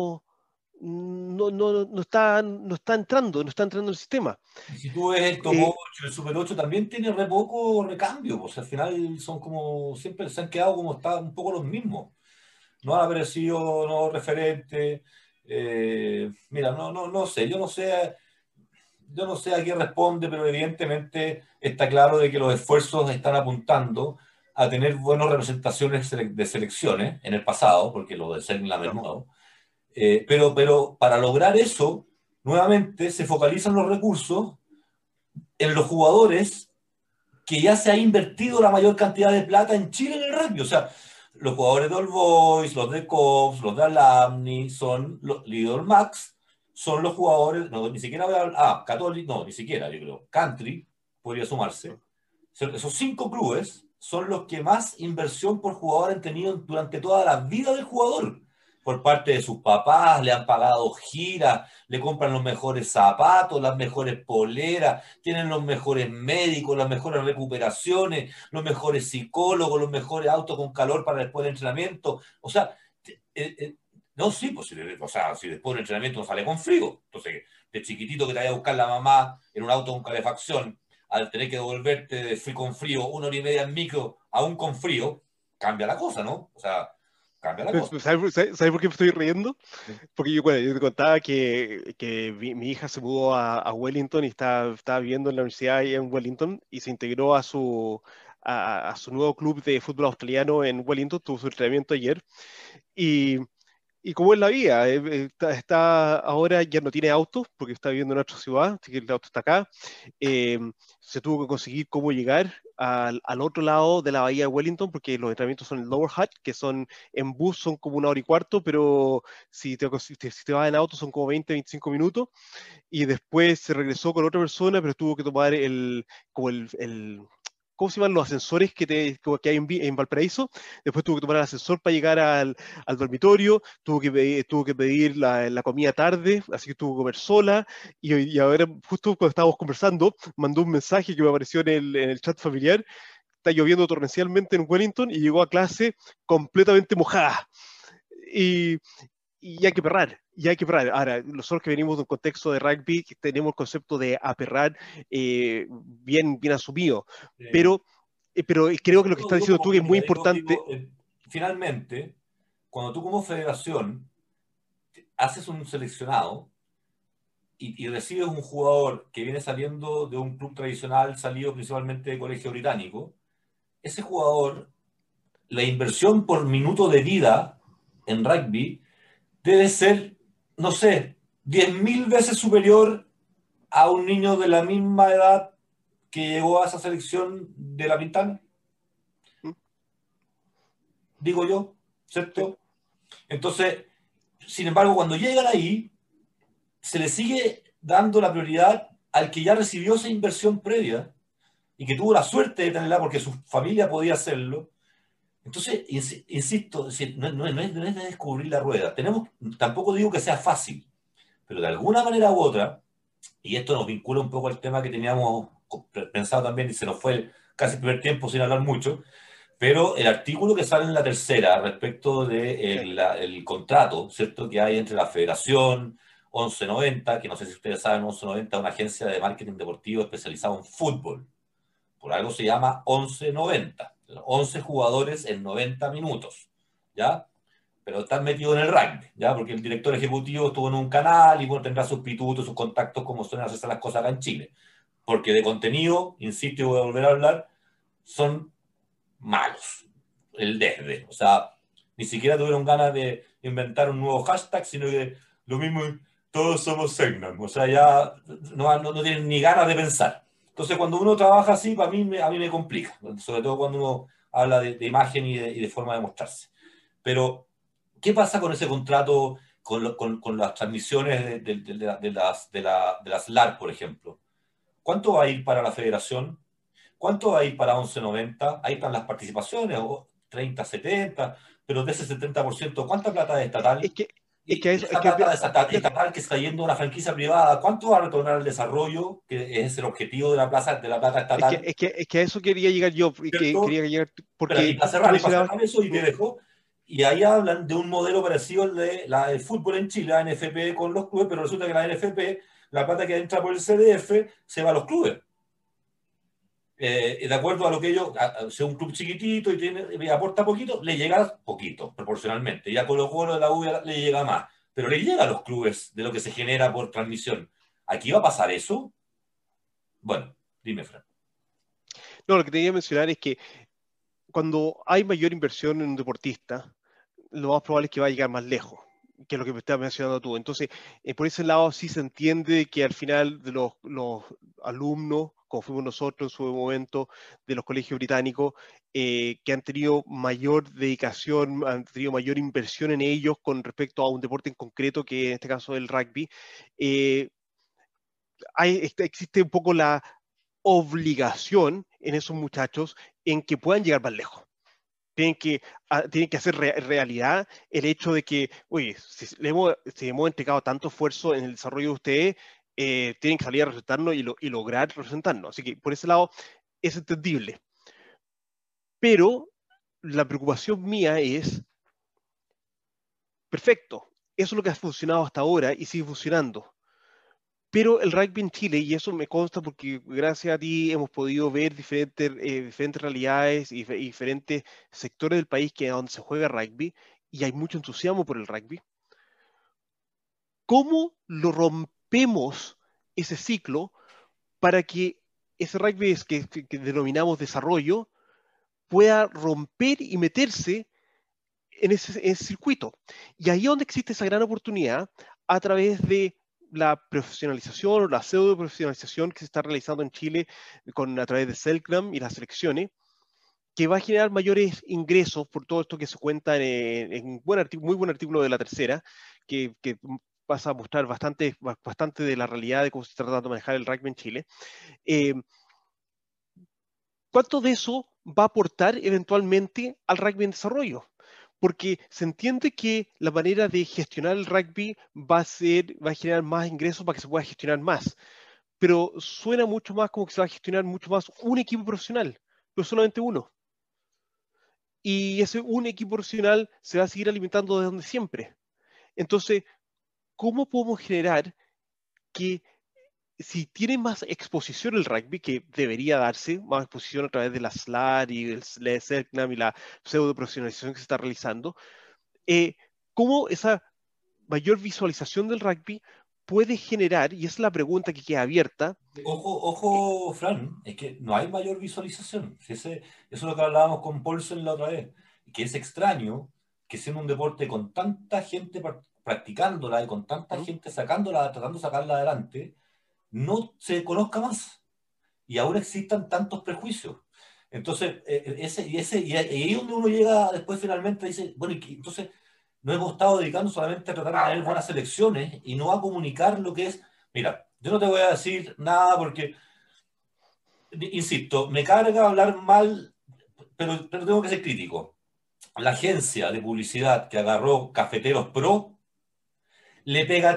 no está entrando, no está entrando en el sistema. y si tú ves el Top Eh, 8, el Super 8 también tiene re poco recambio, pues al final son como, siempre se han quedado como está un poco los mismos. No han aparecido nuevos referentes. Mira, no sé, yo no sé a qué responde, pero evidentemente está claro de que los esfuerzos están apuntando a tener buenas representaciones de selecciones en el pasado, porque lo de Selim es no. nuevo. Pero para lograr eso, nuevamente se focalizan los recursos en los jugadores que ya se ha invertido la mayor cantidad de plata en Chile en el rugby. O sea, los jugadores de All Boys, los de Cops, los de Alumni, son los Lidl Max, son los jugadores, no, ni siquiera voy a hablar, Catholic, no, ni siquiera, yo creo, Country podría sumarse. Esos 5 clubes son los que más inversión por jugador han tenido durante toda la vida del jugador. Por parte de sus papás, le han pagado giras, le compran los mejores zapatos, las mejores poleras, tienen los mejores médicos, las mejores recuperaciones, los mejores psicólogos, los mejores autos con calor para después del entrenamiento. O sea, no, sí, pues o sea, si después del entrenamiento no sale con frío. Entonces, de chiquitito que te vaya a buscar la mamá en un auto con calefacción, al tener que devolverte de frío con frío, 1 hora y media en micro, aún con frío, cambia la cosa, ¿no? O sea, cambia la cosa. ¿Sabes por qué me estoy riendo? Sí. Porque yo te contaba que mi hija se mudó a Wellington y estaba viviendo en la universidad ahí en Wellington y se integró a su nuevo club de fútbol australiano en Wellington, tuvo su entrenamiento ayer, y como es la vida, ahora ya no tiene auto porque está viviendo en otra ciudad, así que el auto está acá. Eh, Se tuvo que conseguir cómo llegar al otro lado de la bahía de Wellington porque los entrenamientos son en Lower Hutt, que son en bus son como 1 hora y cuarto, pero si te vas en auto son como 20, 25 minutos. Y después se regresó con otra persona, pero tuvo que tomar como ¿cómo se llaman los ascensores que hay en Valparaíso? Después tuvo que tomar el ascensor para llegar al dormitorio, tuvo que pedir la comida tarde, así que tuvo que comer sola, y ahora, justo cuando estábamos conversando, mandó un mensaje que me apareció en el chat familiar. Está lloviendo torrencialmente en Wellington y llegó a clase completamente mojada. Y, y hay que perrar, y hay que perrar. Ahora, nosotros que venimos de un contexto de rugby, que tenemos el concepto de aperrar bien asumido, Eh, pero, pero creo que lo que Lo estás digo diciendo como tú que es muy crítica, importante. finalmente, cuando tú como federación haces un seleccionado y recibes un jugador que viene saliendo de un club tradicional, salido principalmente de colegio británico, ese jugador, la inversión por minuto de vida en rugby debe ser, no sé, 10.000 veces superior a un niño de la misma edad que llegó a esa selección de la Pintana, digo yo, Sí. ¿cierto? Entonces, sin embargo, cuando llegan ahí, se le sigue dando la prioridad al que ya recibió esa inversión previa y que tuvo la suerte de tenerla porque su familia podía hacerlo. Entonces, insisto, no es de descubrir la rueda. Tampoco digo que sea fácil, pero de alguna manera u otra, y esto nos vincula un poco al tema que teníamos pensado también y se nos fue casi el primer tiempo sin hablar mucho, pero el artículo que sale en la tercera respecto Sí. del contrato, ¿cierto?, que hay entre la Federación 1190, que no sé si ustedes saben, 1190 es una agencia de marketing deportivo especializada en fútbol. Por algo se llama 1190. 11 jugadores en 90 minutos, ¿ya? Pero están metidos en el rugby, ¿ya? Porque el director ejecutivo estuvo en un canal y bueno, tendrá sus pitutos, sus contactos, como suelen hacerse las cosas acá en Chile. Porque de contenido, insisto y voy a volver a hablar, son malos. El desde. O sea, ni siquiera tuvieron ganas de inventar un nuevo hashtag, sino que lo mismo, todos somos Segnam. O sea, ya no tienen ni ganas de pensar. Entonces, cuando uno trabaja así, a mí me complica. Sobre todo cuando uno habla de imagen y de forma de mostrarse. Pero, ¿qué pasa con ese contrato, con las transmisiones de las LAR, por ejemplo? ¿Cuánto va a ir para la federación? ¿Cuánto va a ir para 1190? Ahí están las participaciones, o 30, 70, pero de ese 70%, ¿cuánta plata es estatal? Es que, es que Y eso, es esa que, plata estatal que está yendo a una franquicia privada, ¿cuánto va a retornar al desarrollo, que es el objetivo de la plata estatal? es que a eso quería llegar yo, y que ¿Cierto? quería llegar, Pero, porque tú y para mencionabas. cerrar eso, y te Mm, dejo, y ahí hablan de un modelo parecido al de del fútbol en Chile, la NFP con los clubes, pero resulta que la NFP, la plata que entra por el CDF, se va a los clubes. De acuerdo a lo que ellos, sea un club chiquitito y aporta poquito, le llega poquito, proporcionalmente. Ya Colo Colo de la U le llega más, pero le llega a los clubes de lo que se genera por transmisión. ¿Aquí va a pasar eso? Bueno, dime, Fran. no, lo que tenía que mencionar es que cuando hay mayor inversión en un deportista, lo más probable es que va a llegar más lejos, que es lo que me estás mencionando tú. Entonces, por ese lado sí se entiende que al final de los alumnos, como fuimos nosotros en su momento, de los colegios británicos, que han tenido mayor dedicación, han tenido mayor inversión en ellos con respecto a un deporte en concreto, que en este caso es el rugby, eh, existe un poco la obligación en esos muchachos en que puedan llegar más lejos. Tienen que hacer realidad el hecho de que, oye, si hemos entregado tanto esfuerzo en el desarrollo de ustedes, tienen que salir a representarnos y lograr representarnos. Así que por ese lado es entendible. Pero la preocupación mía es, perfecto, eso es lo que ha funcionado hasta ahora y sigue funcionando. Pero el rugby en Chile, y eso me consta porque gracias a ti hemos podido ver diferentes realidades y diferentes sectores del país que donde se juega rugby, y hay mucho entusiasmo por el rugby. ¿Cómo lo rompemos ese ciclo para que ese rugby que denominamos desarrollo pueda romper y meterse en ese circuito. Y ahí es donde existe esa gran oportunidad a través de la profesionalización o la pseudo profesionalización que se está realizando en Chile a través de Selknam y las selecciones, que va a generar mayores ingresos por todo esto que se cuenta en un muy buen artículo de La Tercera, que pasa a mostrar bastante de la realidad de cómo se está tratando de manejar el rugby en Chile. ¿Cuánto de eso va a aportar eventualmente al rugby en desarrollo? Porque se entiende que la manera de gestionar el rugby va a generar más ingresos para que se pueda gestionar más. Pero suena mucho más como que se va a gestionar mucho más un equipo profesional, pero solamente uno. Y ese un equipo profesional se va a seguir alimentando de donde siempre. Entonces, ¿cómo podemos generar que si tiene más exposición el rugby, que debería darse más exposición a través de la SLAR y el Selknam y la pseudo profesionalización que se está realizando, cómo esa mayor visualización del rugby puede generar, y esa es la pregunta que queda abierta. Ojo, Fran, es que no hay mayor visualización. Eso es lo que hablábamos con Paulsen la otra vez, que es extraño que siendo un deporte con tanta gente practicándola y con tanta gente sacándola, tratando de sacarla adelante, no se conozca más y ahora existan tantos prejuicios. Entonces, y ahí es donde uno llega después finalmente y dice, bueno, entonces nos hemos estado dedicando solamente a tratar de tener buenas selecciones y no a comunicar lo que es. Mira, yo no te voy a decir nada porque, insisto, me carga hablar mal, pero tengo que ser crítico. La agencia de publicidad que agarró Cafeteros Pro le pega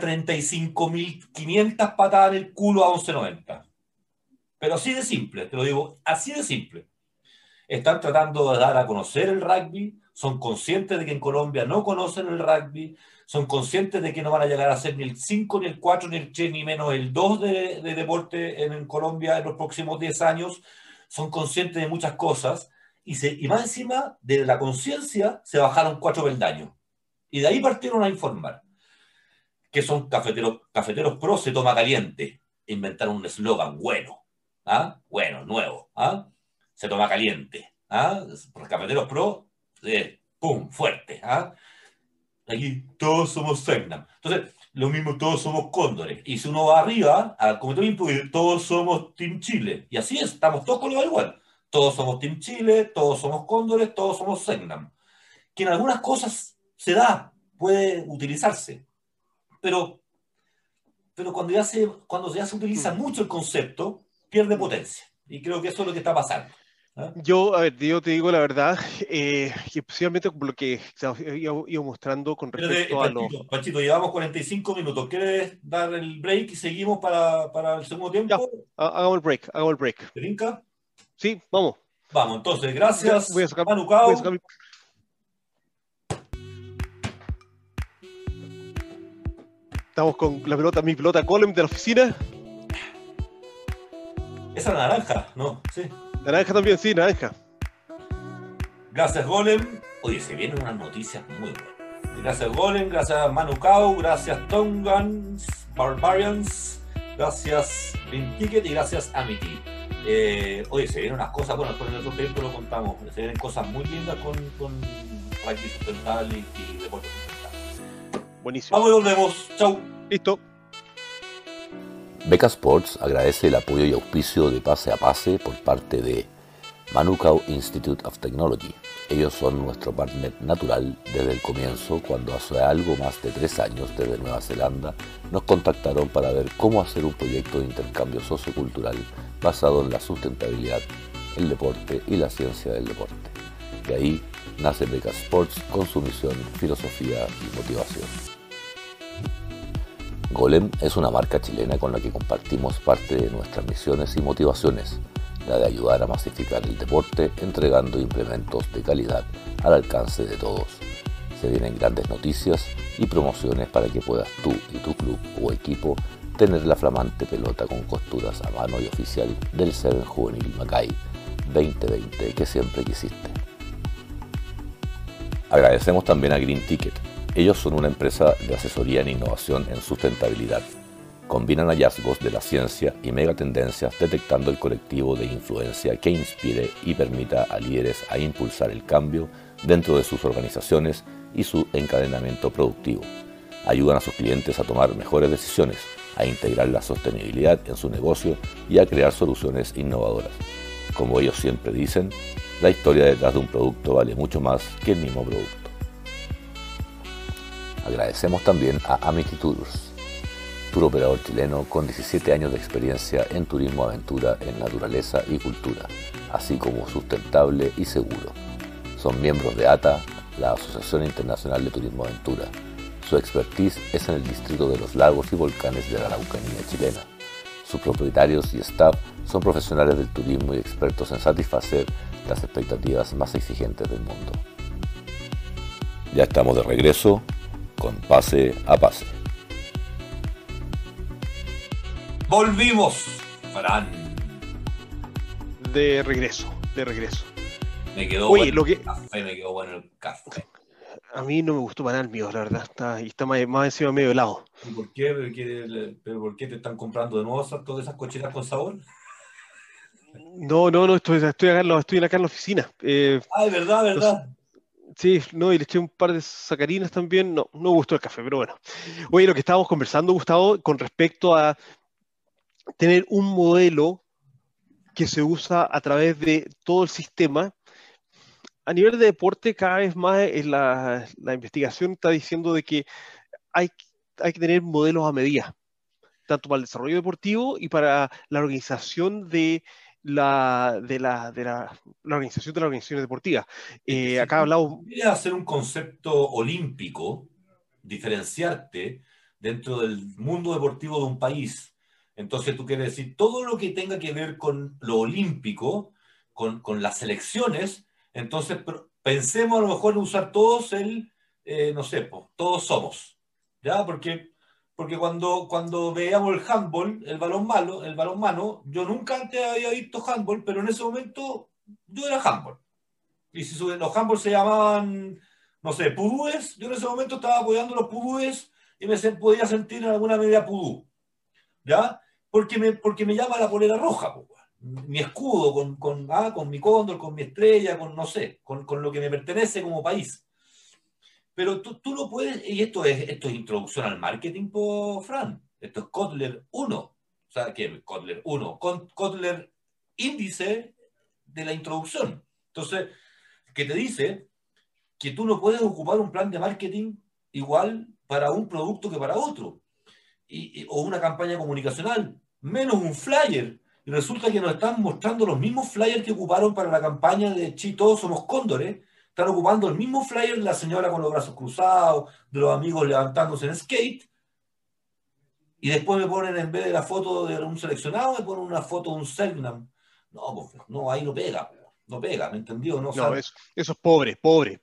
35.500 patadas en el culo a 11.90. Pero así de simple, te lo digo, así de simple. Están tratando de dar a conocer el rugby, son conscientes de que en Colombia no conocen el rugby, son conscientes de que no van a llegar a ser ni el 5, ni el 4, ni el 3, ni menos el 2 de deporte en Colombia en los próximos 10 años, son conscientes de muchas cosas, y más encima de la conciencia se bajaron 4 peldaños. Y de ahí partieron a informar. Que son cafeteros pro, se toma caliente. Inventaron un eslogan bueno, ¿ah? Bueno, nuevo, ¿ah? Se toma caliente, ¿ah? Por cafeteros pro, pum, fuerte, ¿ah? Aquí todos somos Selknam. Entonces, lo mismo, todos somos Cóndores. Y si uno va arriba, al Comité Olímpico, todos somos Team Chile. Y así es, estamos todos con igual. Todos somos Team Chile, todos somos Cóndores, todos somos Selknam. Que en algunas cosas se da, puede utilizarse. Pero cuando ya se utiliza mucho el concepto, pierde potencia. Y creo que eso es lo que está pasando. ¿Ah? Yo te digo la verdad, especialmente por lo que iba mostrando con respecto a los... Panchito, llevamos 45 minutos. ¿Quieres dar el break y seguimos para el segundo tiempo? Ya, hagamos el break. ¿Te tinca? Sí, vamos. Vamos, entonces, gracias, Manu Cao. Estamos con mi pelota Golem de la oficina. Esa es naranja, ¿no? Sí. Naranja también, sí, naranja. Gracias, Golem. Oye, se vienen unas noticias muy buenas. Gracias, Golem. Gracias, Manu Cao. Gracias, Tongans, Barbarians. Gracias, Green Ticket. Y gracias, Amity. Oye, se vienen unas cosas, bueno, por el otro tiempo lo contamos. Se vienen cosas muy lindas con rugby sustentable y deporte sustentable. Buenísimo. Vamos y volvemos. Chau. Listo. Beca Sports agradece el apoyo y auspicio de Pase a Pase por parte de Manu Cao Institute of Technology. Ellos son nuestro partner natural desde el comienzo, cuando hace algo más de 3 años desde Nueva Zelanda nos contactaron para ver cómo hacer un proyecto de intercambio sociocultural basado en la sustentabilidad, el deporte y la ciencia del deporte. De ahí nace Beca Sports con su misión, filosofía y motivación. Golem es una marca chilena con la que compartimos parte de nuestras misiones y motivaciones, la de ayudar a masificar el deporte entregando implementos de calidad al alcance de todos. Se vienen grandes noticias y promociones para que puedas tú y tu club o equipo tener la flamante pelota con costuras a mano y oficial del Seven Juvenil Macay 2020 que siempre quisiste. Agradecemos también a Green Ticket. Ellos son una empresa de asesoría en innovación en sustentabilidad. Combinan hallazgos de la ciencia y megatendencias detectando el colectivo de influencia que inspire y permita a líderes a impulsar el cambio dentro de sus organizaciones y su encadenamiento productivo. Ayudan a sus clientes a tomar mejores decisiones, a integrar la sostenibilidad en su negocio y a crear soluciones innovadoras. Como ellos siempre dicen, la historia detrás de un producto vale mucho más que el mismo producto. Agradecemos también a Amity Tours, tour operador chileno con 17 años de experiencia en turismo aventura en naturaleza y cultura, así como sustentable y seguro. Son miembros de ATA, la Asociación Internacional de Turismo Aventura. Su expertise es en el distrito de los lagos y volcanes de la Araucanía chilena. Sus propietarios y staff son profesionales del turismo y expertos en satisfacer las expectativas más exigentes del mundo. Ya estamos de regreso con Pase a Pase. Volvimos, Fran. De regreso. Me quedó Oye, bueno el café, me quedó bueno el café. A mí no me gustó para nada el mío, la verdad. Está más encima medio helado. ¿Y por qué? ¿Pero por qué te están comprando de nuevo todas esas cochinas con sabor? No, estoy acá en la oficina. Ay, verdad. Sí, no, y le eché un par de sacarinas también. No me gustó el café, pero bueno. Oye, lo que estábamos conversando, Gustavo, con respecto a tener un modelo que se usa a través de todo el sistema. A nivel de deporte, cada vez más la investigación está diciendo de que hay, hay que tener modelos a medida, tanto para el desarrollo deportivo y para la organización de la organización de las organizaciones deportivas. Es que si Acá tú hablamos. quieres hacer un concepto olímpico, diferenciarte dentro del mundo deportivo de un país, entonces tú quieres decir todo lo que tenga que ver con lo olímpico, con las selecciones, entonces pensemos a lo mejor en usar todos no sé, pues, todos somos, ¿ya? Porque cuando veíamos el handball, el balonmano, yo nunca antes había visto handball, pero en ese momento yo era handball. Y si los handballs se llamaban, no sé, pudúes, yo en ese momento estaba apoyando los pudúes y podía sentir en alguna medida pudú, ¿ya? Porque me llama la polera roja, po, mi escudo con mi cóndor, con mi estrella, con no sé, con lo que me pertenece como país. Pero tú no puedes, y esto es introducción al marketing, por Fran. Esto es Kotler 1. O sea, ¿qué? Kotler 1. Kotler índice de la introducción. Entonces, que te dice que tú no puedes ocupar un plan de marketing igual para un producto que para otro. O una campaña comunicacional, menos un flyer. Y resulta que nos están mostrando los mismos flyers que ocuparon para la campaña de Todos somos cóndores. Están ocupando el mismo flyer de la señora con los brazos cruzados, de los amigos levantándose en skate. Y después me ponen, en vez de la foto de un seleccionado, me ponen una foto de un Selknam. No, pues, no, ahí no pega. No pega, ¿me entendió? No, o No, sea, eso es pobre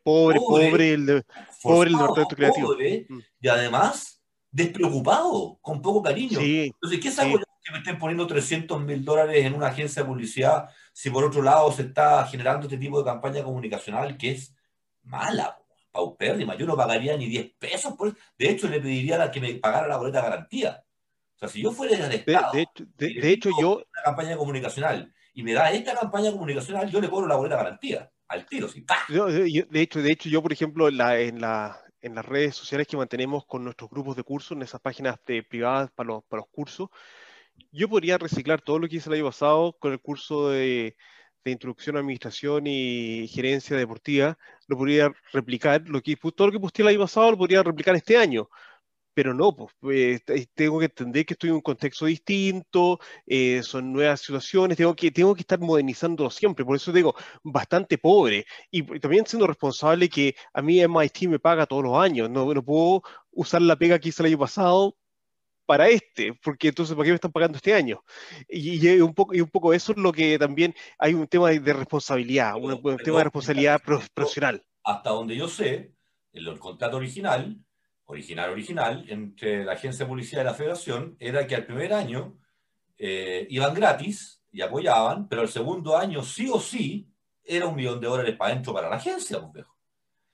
el departamento forzado, creativo. pobre, y además despreocupado, con poco cariño. Sí, Entonces, ¿qué saco sí. yo que me estén poniendo $300.000 en una agencia de publicidad si por otro lado se está generando este tipo de campaña comunicacional que es mala, paupérrima? Yo no pagaría ni 10 pesos por eso. De hecho, le pediría a que me pagara la boleta de garantía. O sea, si yo fuera del De, Estado de hecho, de, y le de hecho, pido yo, una campaña comunicacional y me da esta campaña comunicacional, yo le cobro la boleta de garantía al tiro, sí, ¡pah! de hecho, por ejemplo, en las redes sociales que mantenemos con nuestros grupos de cursos, en esas páginas privadas para los cursos, yo podría reciclar todo lo que hice el año pasado con el curso de Introducción a Administración y Gerencia Deportiva. Lo podría replicar, todo lo que posteé el año pasado lo podría replicar este año. Pero no, pues, tengo que entender que estoy en un contexto distinto, son nuevas situaciones, tengo que estar modernizándolo siempre, por eso digo, bastante pobre. Y también siendo responsable que a mí MIT me paga todos los años, no puedo usar la pega que hice el año pasado para porque entonces, ¿para qué me están pagando este año? Y un poco eso es lo que también hay un tema de responsabilidad, un tema de responsabilidad profesional. Hasta donde yo sé, el contrato original, entre la agencia de publicidad y la federación, era que al primer año iban gratis y apoyaban, pero el segundo año sí o sí era $1.000.000 para adentro para la agencia, pues, viejo.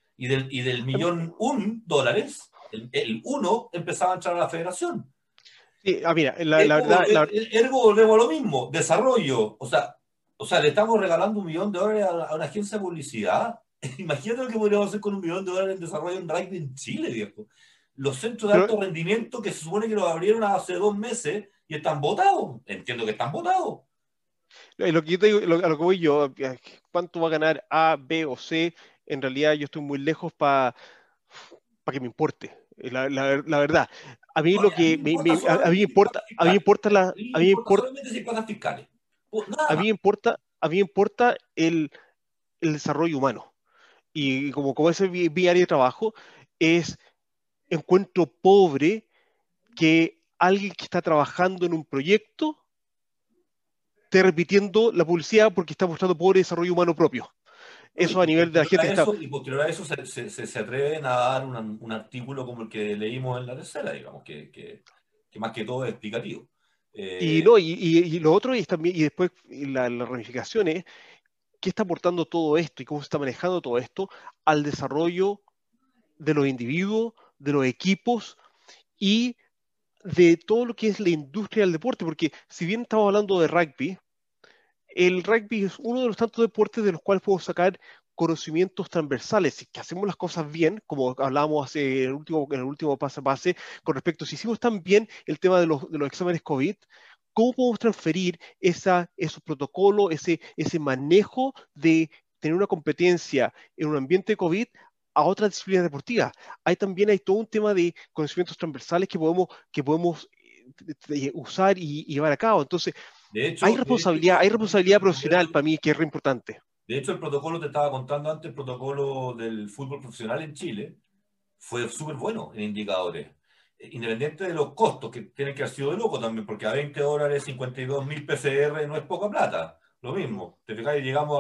Y del $1.000.001, el uno empezaba a entrar a la federación. Sí, mira, la verdad, Ergo volvemos a lo mismo, desarrollo. O sea, le estamos regalando $1 millón a una agencia de publicidad. Imagínate lo que podríamos hacer con $1 millón en desarrollo en rugby en Chile, viejo. Los centros de pero alto rendimiento que se supone que los abrieron hace 2 meses y están votados. Entiendo que están votados. lo que yo te digo, a lo que voy yo, cuánto va a ganar A, B o C, en realidad yo estoy muy lejos para que me importe. La verdad, a mí No, lo a mí que me importa solamente si hay plazas a mí me fiscales. importa A mí me importa solamente si hay plazas fiscales. Pues nada más. a mí me importa el desarrollo humano. Y como ese mi área de trabajo, es encuentro pobre que alguien que está trabajando en un proyecto esté repitiendo la publicidad porque está mostrando pobre desarrollo humano propio. No, Eso a nivel de la gente que está... y posterior a eso se atreven a dar un artículo como el que leímos en la tercera, digamos, que más que todo es explicativo. Y, Eh, no, y lo otro es también, y después la ramificación es qué está aportando todo esto y cómo se está manejando todo esto al desarrollo de los individuos, de los equipos y de todo lo que es la industria del deporte, porque si bien estamos hablando de rugby, el rugby es uno de los tantos deportes de los cuales podemos sacar conocimientos transversales. Si que hacemos las cosas bien, como hablábamos hace en el último pase a pase, con respecto, si hicimos tan bien el tema de los exámenes COVID, ¿cómo podemos transferir esos protocolos, ese manejo de tener una competencia en un ambiente COVID a otras disciplinas deportivas? Hay todo un tema de conocimientos transversales que podemos usar y llevar a cabo. Entonces, de hecho, de hecho, hay de hecho, responsabilidad profesional para mí que es re importante. de hecho, el protocolo, te estaba contando antes, el protocolo del fútbol profesional en Chile fue súper bueno en indicadores. Independiente de los costos, que tienen que haber sido de loco también, porque a $20, 52.000 PCR no es poca plata. Lo mismo, te fijas, llegamos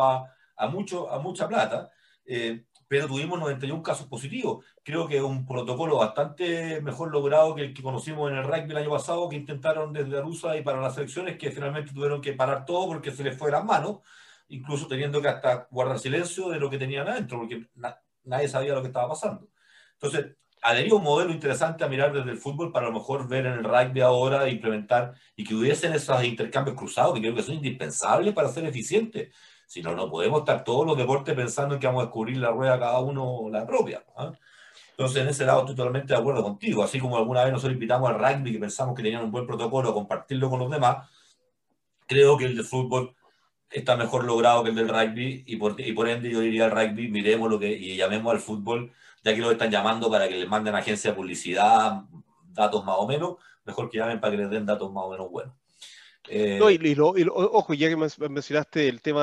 a mucha plata, pero tuvimos 91 casos positivos. Creo que es un protocolo bastante mejor logrado que el que conocimos en el rugby el año pasado, que intentaron desde Arusa y para las selecciones, que finalmente tuvieron que parar todo porque se les fue de las manos, incluso teniendo que hasta guardar silencio de lo que tenían adentro, porque nadie sabía lo que estaba pasando. Entonces, adhería un modelo interesante a mirar desde el fútbol para a lo mejor ver en el rugby ahora, implementar y que hubiesen esos intercambios cruzados, que creo que son indispensables para ser eficientes. Si no, no podemos estar todos los deportes pensando en que vamos a descubrir la rueda cada uno la propia. ¿Ah? Entonces, en ese lado estoy totalmente de acuerdo contigo. Así como alguna vez nosotros invitamos al rugby, que pensamos que tenían un buen protocolo, a compartirlo con los demás, creo que el de fútbol está mejor logrado que el del rugby y por ende yo diría al rugby, miremos lo que y llamemos al fútbol, ya que lo están llamando para que les manden a agencia de publicidad datos más o menos, mejor que llamen para que les den datos más o menos buenos. No, ojo, ya que mencionaste el tema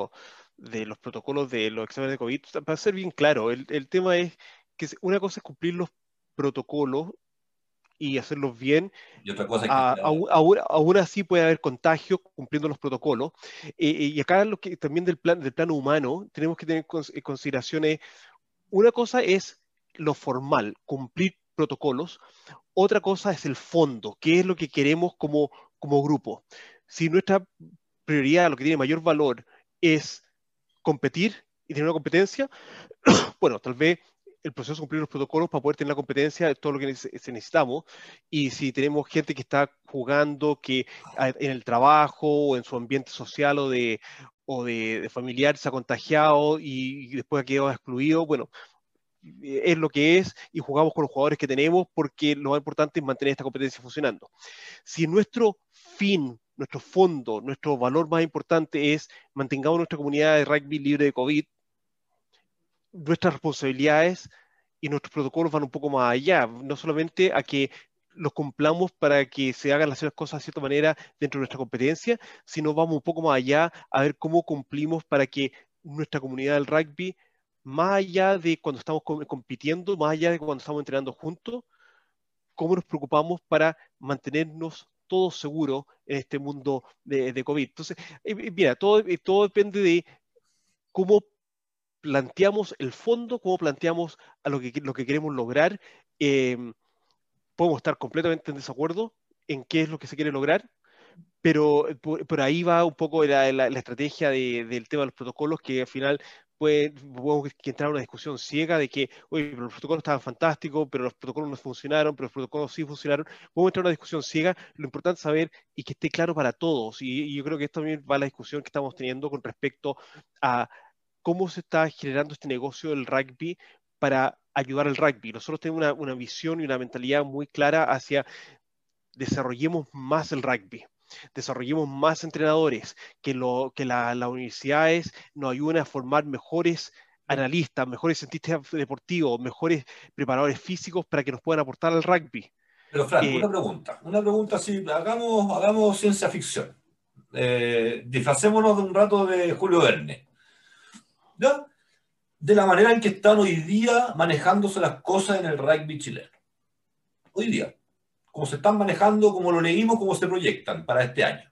de los protocolos de los exámenes de COVID, para ser bien claro, el tema es que una cosa es cumplir los protocolos y hacerlos bien. Y otra cosa es que Aún así puede haber contagios cumpliendo los protocolos. Y acá lo que también del plano humano tenemos que tener consideraciones. Una cosa es lo formal, cumplir protocolos. Otra cosa es el fondo, qué es lo que queremos como grupo. Si nuestra prioridad, lo que tiene mayor valor, es competir y tener una competencia, bueno, tal vez el proceso de cumplir los protocolos para poder tener la competencia es todo lo que necesitamos. Y si tenemos gente que está jugando, que en el trabajo o en su ambiente social o de familiar se ha contagiado y después ha quedado excluido, bueno, es lo que es y jugamos con los jugadores que tenemos porque lo más importante es mantener esta competencia funcionando. Si nuestro fin, nuestro fondo, nuestro valor más importante es mantengamos nuestra comunidad de rugby libre de COVID, nuestras responsabilidades y nuestros protocolos van un poco más allá, no solamente a que los cumplamos para que se hagan las cosas de cierta manera dentro de nuestra competencia, sino vamos un poco más allá a ver cómo cumplimos para que nuestra comunidad del rugby, más allá de cuando estamos compitiendo, más allá de cuando estamos entrenando juntos, cómo nos preocupamos para mantenernos todos seguros en este mundo de COVID. Entonces, mira, todo depende de cómo planteamos el fondo, cómo planteamos a lo que queremos lograr. Eh, Podemos estar completamente en desacuerdo en qué es lo que se quiere lograr, pero por ahí va un poco la estrategia del tema de los protocolos, que al final podemos entrar a una discusión ciega de que, oye, pero los protocolos estaban fantásticos, pero los protocolos no funcionaron, pero los protocolos sí funcionaron. Podemos entrar a una discusión ciega. Lo importante es saber y que esté claro para todos. Y yo creo que esto también va a la discusión que estamos teniendo con respecto a cómo se está generando este negocio del rugby para ayudar al rugby. Nosotros tenemos una visión y una mentalidad muy clara hacia desarrollemos más el rugby, desarrollemos más entrenadores, que las universidades nos ayuden a formar mejores analistas, mejores cientistas deportivos, mejores preparadores físicos para que nos puedan aportar al rugby. Pero Frank, una pregunta así, hagamos ciencia ficción. Disfracémonos de un rato de Julio Verne. ¿Ya? De la manera en que están hoy día manejándose las cosas en el rugby chileno. Hoy día. Cómo se están manejando, cómo lo leímos, cómo se proyectan para este año.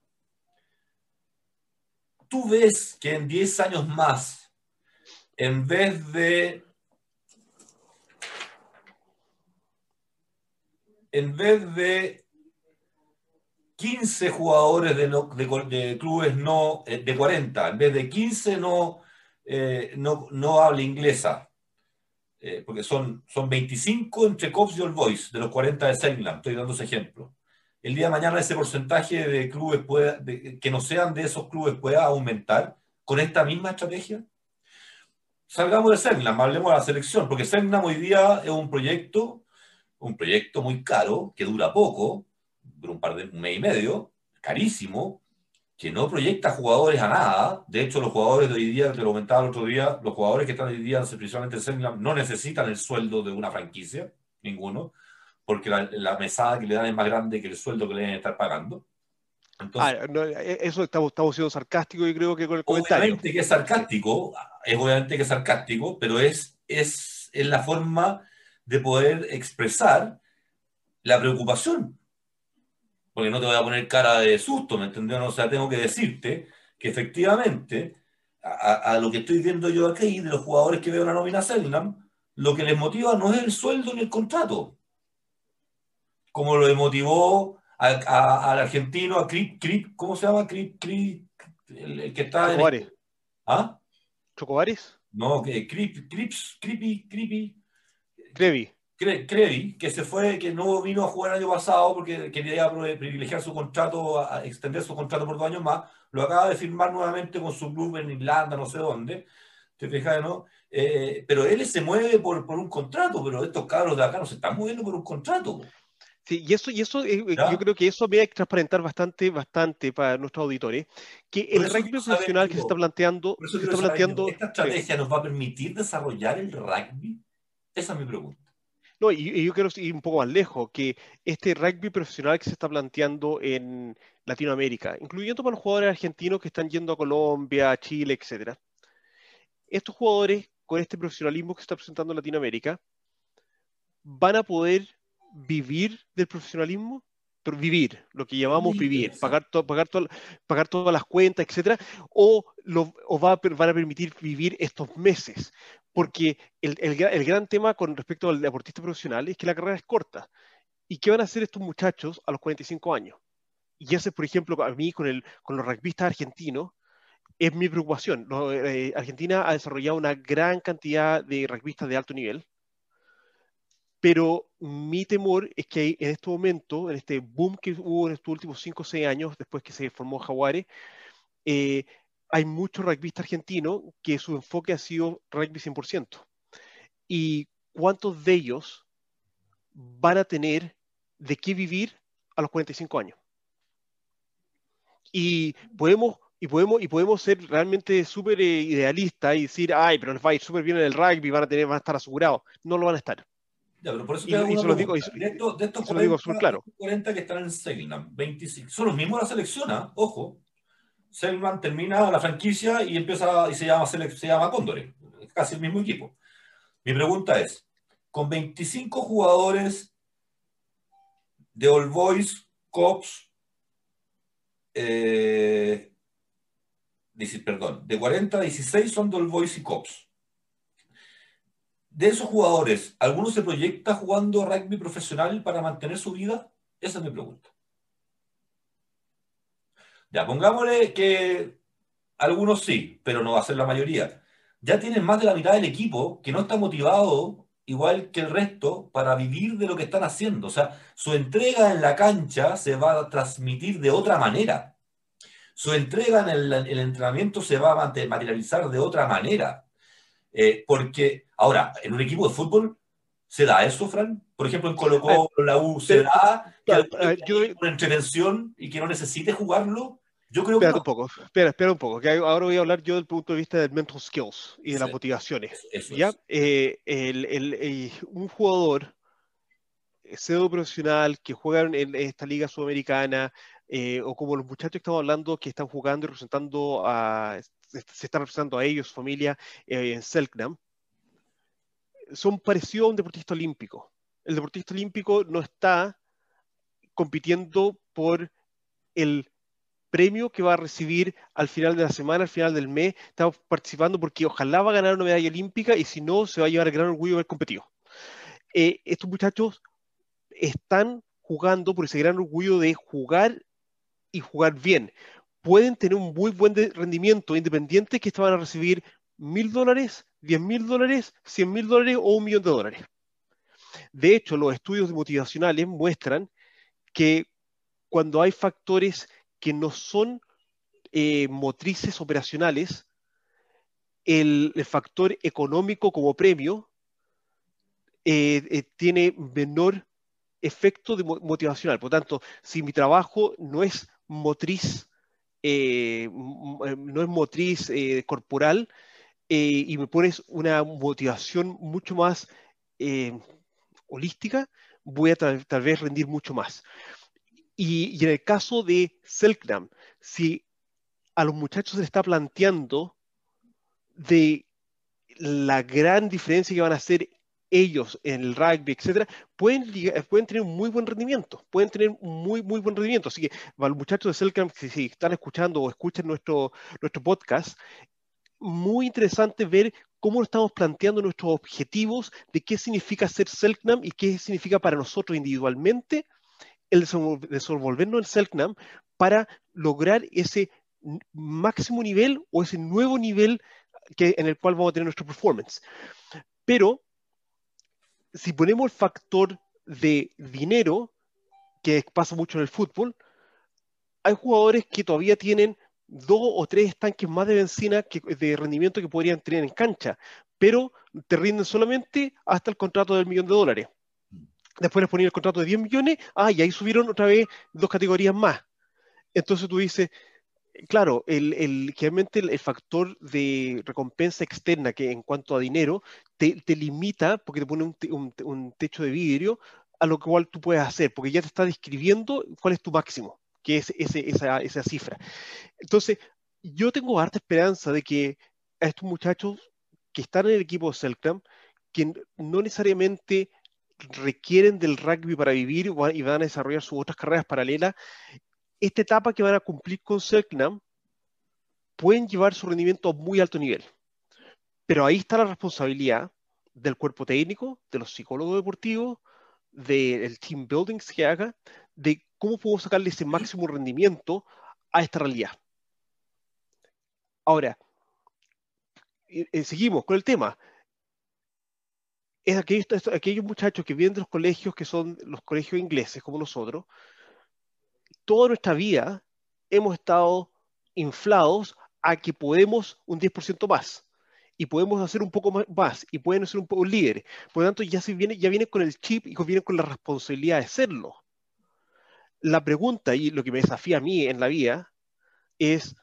¿Tú ves que en 10 años más, en vez de 15 jugadores de clubes no, de 40, en vez de 15 no habla inglesa, porque son 25 entre Cops y All Boys, de los 40 de Sengland, estoy dando ese ejemplo. El día de mañana ese porcentaje de clubes que no sean de esos clubes pueda aumentar con esta misma estrategia. Salgamos de Sengland, hablemos de la selección, porque Sengland hoy día es un proyecto muy caro, que dura poco, dura un mes y medio, carísimo, que no proyecta jugadores a nada. De hecho, los jugadores de hoy día, te lo comentaba el otro día, los jugadores que están hoy día, principalmente en Sengland, no necesitan el sueldo de una franquicia, ninguno, porque la mesada que le dan es más grande que el sueldo que le deben estar pagando. Entonces, no, eso estamos siendo sarcásticos, yo creo que con el comentario. Obviamente que es sarcástico, pero es la forma de poder expresar la preocupación. Porque no te voy a poner cara de susto, ¿me entendió? O sea, tengo que decirte que efectivamente, a lo que estoy viendo yo aquí, de los jugadores que veo en la nómina Selnam, lo que les motiva no es el sueldo ni el contrato. Como lo motivó al argentino, a ¿cómo se llama? El que está Chocobares. ¿Ah? ¿Chocobares? No, Crevi, que se fue, que no vino a jugar el año pasado porque quería privilegiar su contrato, extender su contrato por 2 años más, lo acaba de firmar nuevamente con su club en Irlanda, no sé dónde, te fijas, ¿no? Pero él se mueve por un contrato, pero estos cabros de acá no se están moviendo por un contrato. Sí, y eso yo creo que eso va a transparentar bastante para nuestros auditores, que el rugby profesional que se está planteando... ¿Esta estrategia nos va a permitir desarrollar el rugby? Esa es mi pregunta. No, y yo quiero ir un poco más lejos, que este rugby profesional que se está planteando en Latinoamérica, incluyendo para los jugadores argentinos que están yendo a Colombia, Chile, etcétera. Estos jugadores, con este profesionalismo que se está presentando en Latinoamérica, van a poder vivir del profesionalismo, pero vivir, lo que llamamos vivir, pagar todas las cuentas, etcétera, o van a permitir vivir estos meses. Porque el gran tema con respecto al deportista profesional es que la carrera es corta. ¿Y qué van a hacer estos muchachos a los 45 años? Y ese, por ejemplo, a mí con los rugbyistas argentinos, es mi preocupación. Argentina ha desarrollado una gran cantidad de rugbyistas de alto nivel, pero mi temor es que en este momento, en este boom que hubo en estos últimos 5 o 6 años, después que se formó Jaguares, hay muchos rugbyistas argentinos que su enfoque ha sido rugby 100%. ¿Y cuántos de ellos van a tener de qué vivir a los 45 años? Y podemos ser realmente súper idealistas y decir, ay, pero les va a ir súper bien en el rugby, van a estar asegurados. No lo van a estar. Ya, pero por eso te hago una pregunta. De estos 40 que están en Selknam, 25, son los mismos de la selección, ojo. Selknam termina la franquicia y empieza y se llama Cóndores, es casi el mismo equipo. Mi pregunta es, con 25 jugadores de All Boys, Cops, de 40 a 16 son de All Boys y Cops. De esos jugadores, ¿alguno se proyecta jugando rugby profesional para mantener su vida? Esa es mi pregunta. Ya, pongámosle que algunos sí, pero no va a ser la mayoría. ya tienes más de la mitad del equipo que no está motivado igual que el resto para vivir de lo que están haciendo. O sea, su entrega en la cancha se va a transmitir de otra manera. Su entrega en el entrenamiento se va a materializar de otra manera. Porque, ahora, en un equipo de fútbol, ¿se da eso, Fran? Por ejemplo, en Ah, Colo-Colo, la U, ¿se pero, da que alguien yo, tenga una entretención y que no necesite jugarlo? Yo creo que espérate no. un poco, espera un poco, que ahora voy a hablar yo del punto de vista del mental skills y de Eso, las motivaciones. eso ¿Ya? es. Un jugador pseudo profesional que juegan en esta liga sudamericana, o como los muchachos que estamos hablando que están jugando y representando se están representando a ellos, su familia, en Selknam, son parecidos a un deportista olímpico. El deportista olímpico no está compitiendo por el premio que va a recibir al final de la semana, al final del mes, está participando porque ojalá va a ganar una medalla olímpica y si no, se va a llevar el gran orgullo de haber competido. Estos muchachos están jugando por ese gran orgullo de jugar y jugar bien. Pueden tener un muy buen rendimiento independiente que van a recibir $1.000, $10.000, $100.000 o $1.000.000. De hecho, los estudios motivacionales muestran que cuando hay factores que no son motrices operacionales, el factor económico como premio tiene menor efecto motivacional. Por lo tanto, si mi trabajo no es motriz, no es motriz corporal, y me pones una motivación mucho más eh, holística, voy a tal vez rendir mucho más. Y en el caso de Selknam, si a los muchachos se les está planteando de la gran diferencia que van a hacer ellos en el rugby, etcétera, pueden tener un muy buen rendimiento, pueden tener un muy buen rendimiento. Así que para los muchachos de Selknam, si están escuchando o escuchan nuestro podcast, muy interesante ver cómo estamos planteando nuestros objetivos de qué significa ser Selknam y qué significa para nosotros individualmente el desenvolvernos en Selknam para lograr ese máximo nivel o ese nuevo nivel en el cual vamos a tener nuestro performance. Pero si ponemos el factor de dinero, que pasa mucho en el fútbol, hay jugadores que todavía tienen 2 o 3 tanques más de benzina de rendimiento que podrían tener en cancha, pero te rinden solamente hasta el contrato del $1.000.000. Después les ponen el contrato de 10 millones, y ahí subieron otra vez 2 categorías más. Entonces tú dices, claro, generalmente el factor de recompensa externa que en cuanto a dinero te limita porque te pone un techo de vidrio a lo cual tú puedes hacer, porque ya te está describiendo cuál es tu máximo, que es esa cifra. Entonces, yo tengo harta esperanza de que a estos muchachos que están en el equipo de Selknam, que no necesariamente requieren del rugby para vivir y van a desarrollar sus otras carreras paralelas, esta etapa que van a cumplir con Selknam pueden llevar su rendimiento a muy alto nivel. Pero ahí está la responsabilidad del cuerpo técnico, de los psicólogos deportivos, del team building que haga, de cómo podemos sacarle ese máximo rendimiento a esta realidad. Ahora, seguimos con el tema. Es aquellos muchachos que vienen de los colegios que son los colegios ingleses, como nosotros, toda nuestra vida hemos estado inflados a que podemos un 10% más y podemos hacer un poco más y pueden ser un poco líderes. Por lo tanto, ya vienen con el chip y vienen con la responsabilidad de serlo. La pregunta y lo que me desafía a mí en la vida es,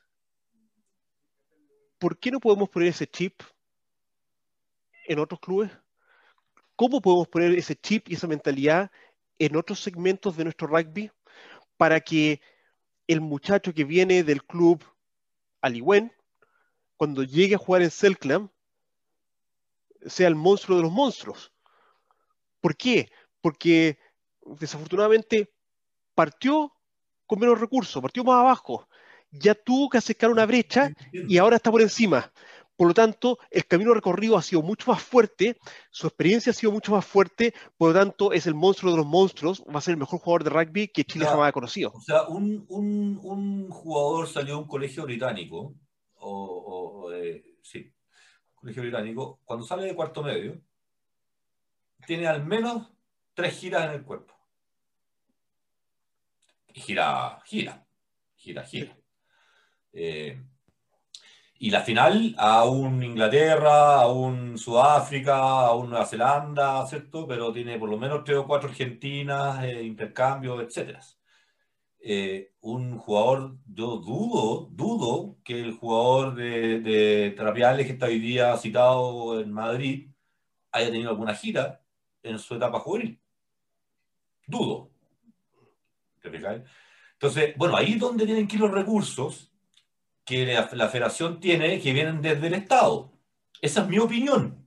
¿por qué no podemos poner ese chip en otros clubes? ¿Cómo podemos poner ese chip y esa mentalidad en otros segmentos de nuestro rugby para que el muchacho que viene del club Aliwen, cuando llegue a jugar en Selknam, sea el monstruo de los monstruos? ¿Por qué? Porque desafortunadamente partió con menos recursos, partió más abajo, ya tuvo que acercar una brecha y ahora está por encima. Por lo tanto, el camino recorrido ha sido mucho más fuerte, su experiencia ha sido mucho más fuerte, por lo tanto, es el monstruo de los monstruos, va a ser el mejor jugador de rugby que Chile jamás ha conocido. O sea, un jugador salió de un colegio británico, sí, colegio británico, cuando sale de cuarto medio, tiene al menos 3 giras en el cuerpo. Y gira. Sí. Y la final a un Inglaterra, a un Sudáfrica, a un Nueva Zelanda, ¿cierto? Pero tiene por lo menos 3 o 4 Argentinas, intercambios, etcétera. Un jugador, yo dudo que el jugador de Trapiales que está hoy día citado en Madrid haya tenido alguna gira en su etapa juvenil. Dudo. ¿Te fijas? Entonces, bueno, ahí es donde tienen que ir los recursos que la federación tiene, que vienen desde el Estado. Esa es mi opinión.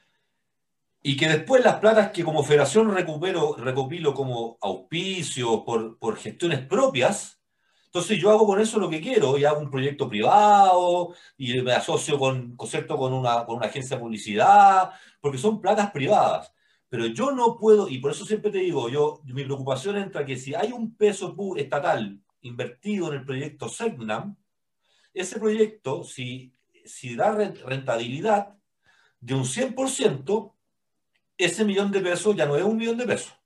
Y que después las platas que como federación recopilo como auspicios por gestiones propias, entonces yo hago con eso lo que quiero y hago un proyecto privado y me asocio con una agencia de publicidad, porque son platas privadas. Pero yo no puedo, y por eso siempre te digo, mi preocupación entra que si hay un peso estatal invertido en el proyecto Selknam, ese proyecto, si da rentabilidad de un 100%, ese millón de pesos ya no es un millón de pesos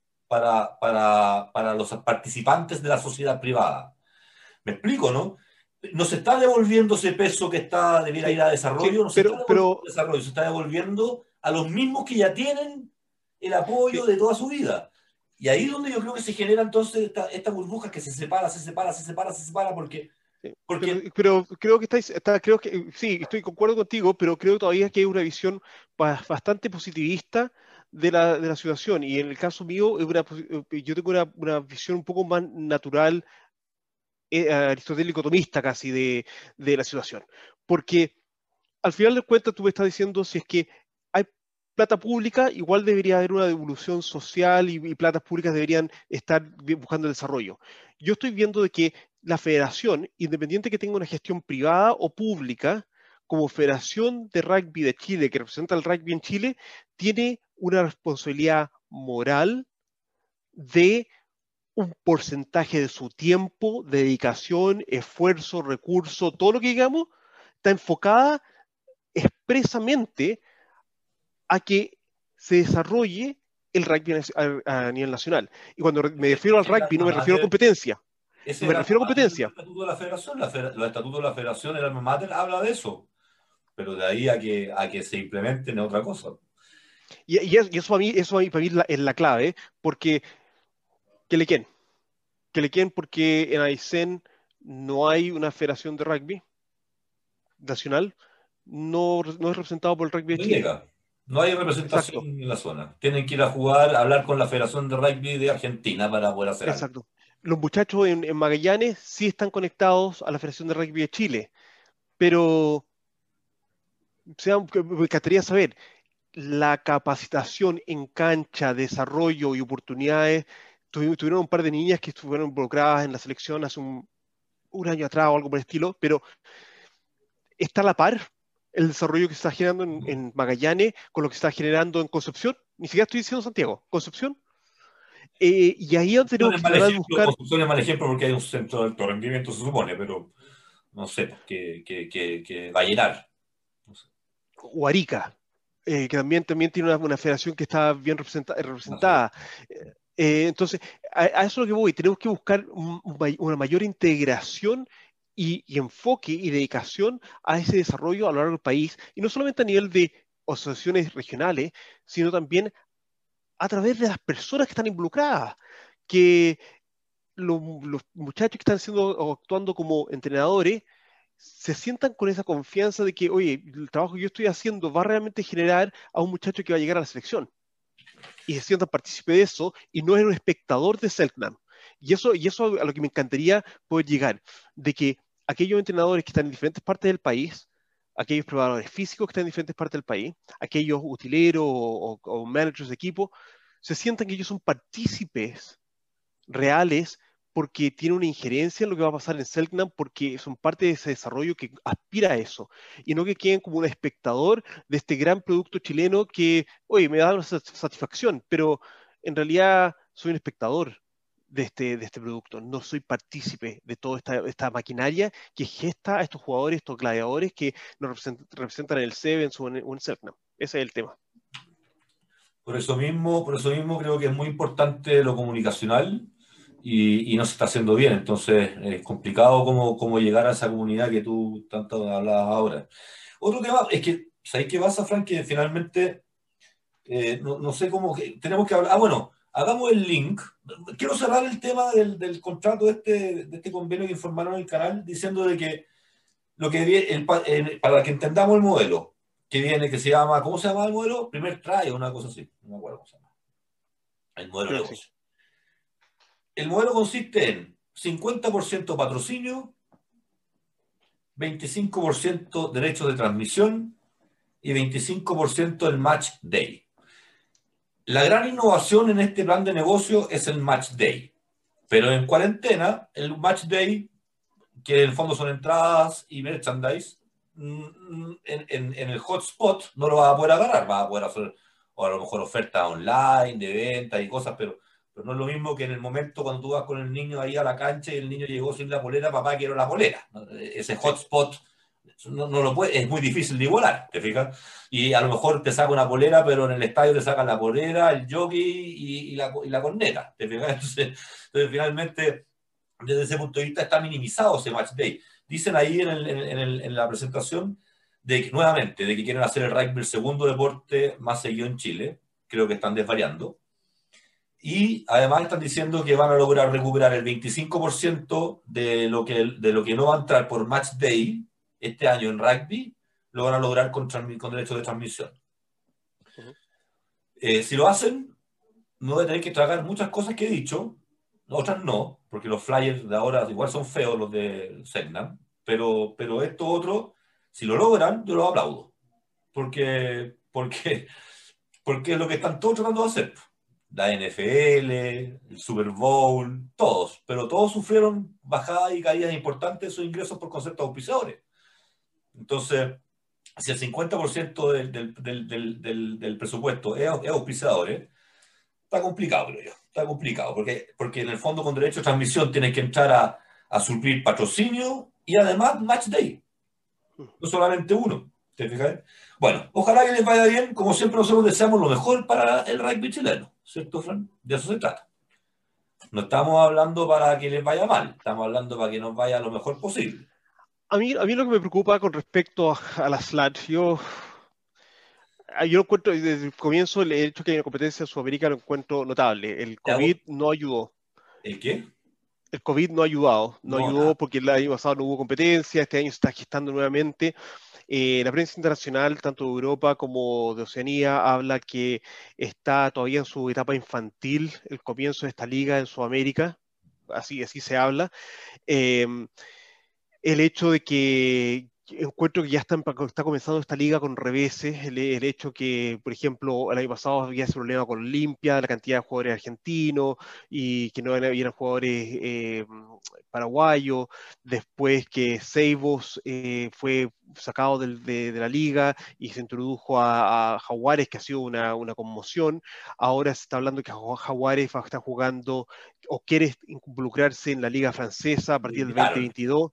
para los participantes de la sociedad privada. ¿Me explico, no? No se está devolviendo ese peso que debiera ir a desarrollo, no se está devolviendo a desarrollo, se está devolviendo a los mismos que ya tienen el apoyo de toda su vida. Y ahí es donde yo creo que se genera entonces esta burbuja que se separa, porque pero creo que creo que sí, concuerdo contigo, pero creo todavía que hay una visión bastante positivista de la situación. Y en el caso mío, yo tengo una visión un poco más natural, aristotélico-tomista casi de la situación. Porque al final de cuentas tú me estás diciendo, si es que hay plata pública, igual debería haber una devolución social y platas públicas deberían estar buscando el desarrollo. Yo estoy viendo de que la federación, independiente que tenga una gestión privada o pública, como Federación de Rugby de Chile, que representa el rugby en Chile, tiene una responsabilidad moral de un porcentaje de su tiempo, dedicación, esfuerzo, recurso, todo lo que digamos, está enfocada expresamente a que se desarrolle el rugby a nivel nacional. Y cuando me refiero al rugby, no me refiero a competencia. Ese No me era refiero a competencia. el estatuto de la federación. Los estatutos de la federación, el alma mater, habla de eso. Pero de ahí a que se implementen es otra cosa. Y eso para mí es la clave, porque ¿qué le quieren? ¿Qué le quieren? Porque en Aysén no hay una federación de rugby nacional, no es representado por el rugby de No Chile. llega. No hay representación Exacto, en la zona. Tienen que ir a jugar, a hablar con la Federación de Rugby de Argentina para poder hacer algo. exacto. Los muchachos en Magallanes sí están conectados a la Federación de Rugby de Chile, pero me encantaría saber la capacitación en cancha, desarrollo y oportunidades. Tuvieron un par de niñas que estuvieron involucradas en la selección hace un año atrás o algo por el estilo, pero ¿está a la par el desarrollo que se está generando en Magallanes con lo que se está generando en Concepción? Ni siquiera estoy diciendo Santiago, Concepción. Y ahí es donde tenemos que tratar de buscar, Construcción es mal ejemplo porque hay un centro de alto rendimiento, se supone, pero no sé, que va a llenar. No sé. o Arica, que también tiene una federación que está bien Así es. representada. Entonces, a eso es lo que voy. Tenemos que buscar una mayor integración y enfoque y dedicación a ese desarrollo a lo largo del país, y no solamente a nivel de asociaciones regionales, sino también a través de las personas que están involucradas, que los muchachos que están siendo o actuando como entrenadores se sientan con esa confianza de que, oye, el trabajo que yo estoy haciendo va a realmente generar a un muchacho que va a llegar a la selección. Y se sientan partícipe de eso y no es un espectador de Selknam. Y eso a lo que me encantaría poder llegar, de que aquellos entrenadores que están en diferentes partes del país, aquellos preparadores físicos que están en diferentes partes del país, aquellos utileros o managers de equipo, se sientan que ellos son partícipes reales porque tienen una injerencia en lo que va a pasar en Selknam, porque son parte de ese desarrollo que aspira a eso, y no que queden como un espectador de este gran producto chileno que, oye, me da una satisfacción, pero en realidad soy un espectador. de este producto, no soy partícipe de toda esta maquinaria que gesta a estos jugadores, estos gladiadores que nos representan en el Sevens o en Selknam. Ese es el tema. Por eso mismo creo que es muy importante lo comunicacional y no se está haciendo bien. Entonces es complicado cómo llegar a esa comunidad que tú tanto hablabas ahora. Otro tema es que, ¿sabes qué pasa, Frank? Que finalmente, no sé cómo, tenemos que hablar. Bueno, hagamos el link. Quiero cerrar el tema del contrato de este convenio que informaron en el canal, diciendo de que para que entendamos el modelo que viene, que se llama, ¿cómo se llama el modelo? Primer try o una cosa así, no me acuerdo cómo se llama. El modelo de negocio. Sí. El modelo consiste en 50% patrocinio, 25% derechos de transmisión y 25% el match day. La gran innovación en este plan de negocio es el match day. Pero en cuarentena, el match day, que en el fondo son entradas y merchandise, en el hotspot no lo vas a poder agarrar, vas a poder hacer, o a lo mejor ofertas online de venta y cosas, pero no es lo mismo que en el momento cuando tú vas con el niño ahí a la cancha y el niño llegó sin la polera, papá quiero la polera. Ese hotspot no lo puede, es muy difícil de igualar, ¿te fijas? Y a lo mejor te saca una polera, pero en el estadio te sacan la polera, el jockey y la corneta, ¿te fijas? Entonces finalmente, desde ese punto de vista está minimizado ese match day. Dicen ahí en la presentación nuevamente de que quieren hacer el rugby el segundo deporte más seguido en Chile. Creo que están desvariando. Y además están diciendo que van a lograr recuperar el 25% de lo que no va a entrar por match day este año en rugby, lo van a lograr con derechos de transmisión. Si lo hacen, no van a tener que tragar muchas cosas que he dicho, otras no, porque los flyers de ahora igual son feos los de Selknam, pero esto otro, si lo logran, yo lo aplaudo, porque es lo que están todos tratando de hacer. La NFL, el Super Bowl, todos, pero todos sufrieron bajadas y caídas importantes de sus ingresos por conceptos auspiciadores. Entonces, si el 50% del presupuesto es auspiciadores, está complicado, creo yo. Está complicado, porque en el fondo con derecho de transmisión tienes que entrar a suplir patrocinio y además match day. No solamente uno. ¿Te fijas? Bueno, ojalá que les vaya bien. Como siempre nosotros deseamos lo mejor para el rugby chileno. ¿Cierto, Fran? De eso se trata. No estamos hablando para que les vaya mal. Estamos hablando para que nos vaya lo mejor posible. A mí lo que me preocupa con respecto a la SLAT, yo encuentro desde el comienzo el hecho que hay una competencia en Sudamérica lo encuentro notable. El COVID no ayudó. ¿El qué? El COVID no ha ayudado. No ayudó porque el año pasado no hubo competencia, este año se está gestando nuevamente. La prensa internacional, tanto de Europa como de Oceanía, habla que está todavía en su etapa infantil el comienzo de esta liga en Sudamérica. Así se habla. El hecho de que encuentro que ya está comenzando esta liga con reveses, el hecho que, por ejemplo, el año pasado había ese problema con Olimpia, la cantidad de jugadores argentinos y que no habían jugadores paraguayos, después que Seibos fue sacado de la liga y se introdujo a Jaguares, que ha sido una conmoción. Ahora se está hablando que Jaguares va a estar jugando o quiere involucrarse en la liga francesa a partir del 2022.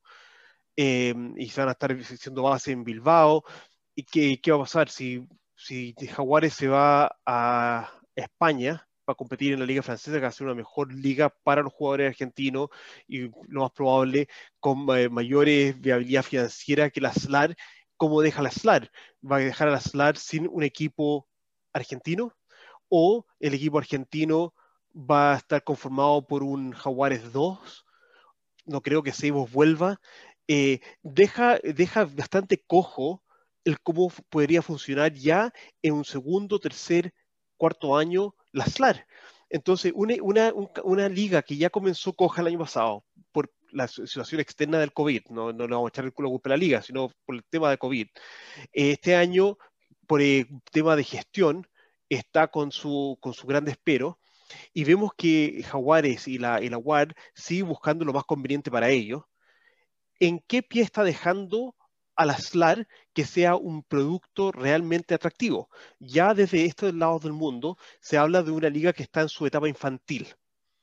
Y se van a estar haciendo base en Bilbao. ¿Y qué va a pasar? Si Jaguares se va a España para competir en la liga francesa, que va a ser una mejor liga para los jugadores argentinos y lo más probable con mayores viabilidad financiera que la SLAR. ¿Cómo deja la SLAR? ¿Va a dejar a la SLAR sin un equipo argentino? ¿O el equipo argentino va a estar conformado por un Jaguares 2? No creo que Seibos vuelva. Deja bastante cojo el cómo podría funcionar ya en un segundo, tercer, cuarto año la SLAR. Entonces, una liga que ya comenzó coja el año pasado por la situación externa del COVID, no le vamos a echar el culo a culpa a la liga, sino por el tema de COVID. Este año, por el tema de gestión, está con su gran espero. Y vemos que Jaguares y la UAR siguen buscando lo más conveniente para ellos. ¿En qué pie está dejando a la SLAR que sea un producto realmente atractivo? Ya desde estos lados del mundo se habla de una liga que está en su etapa infantil.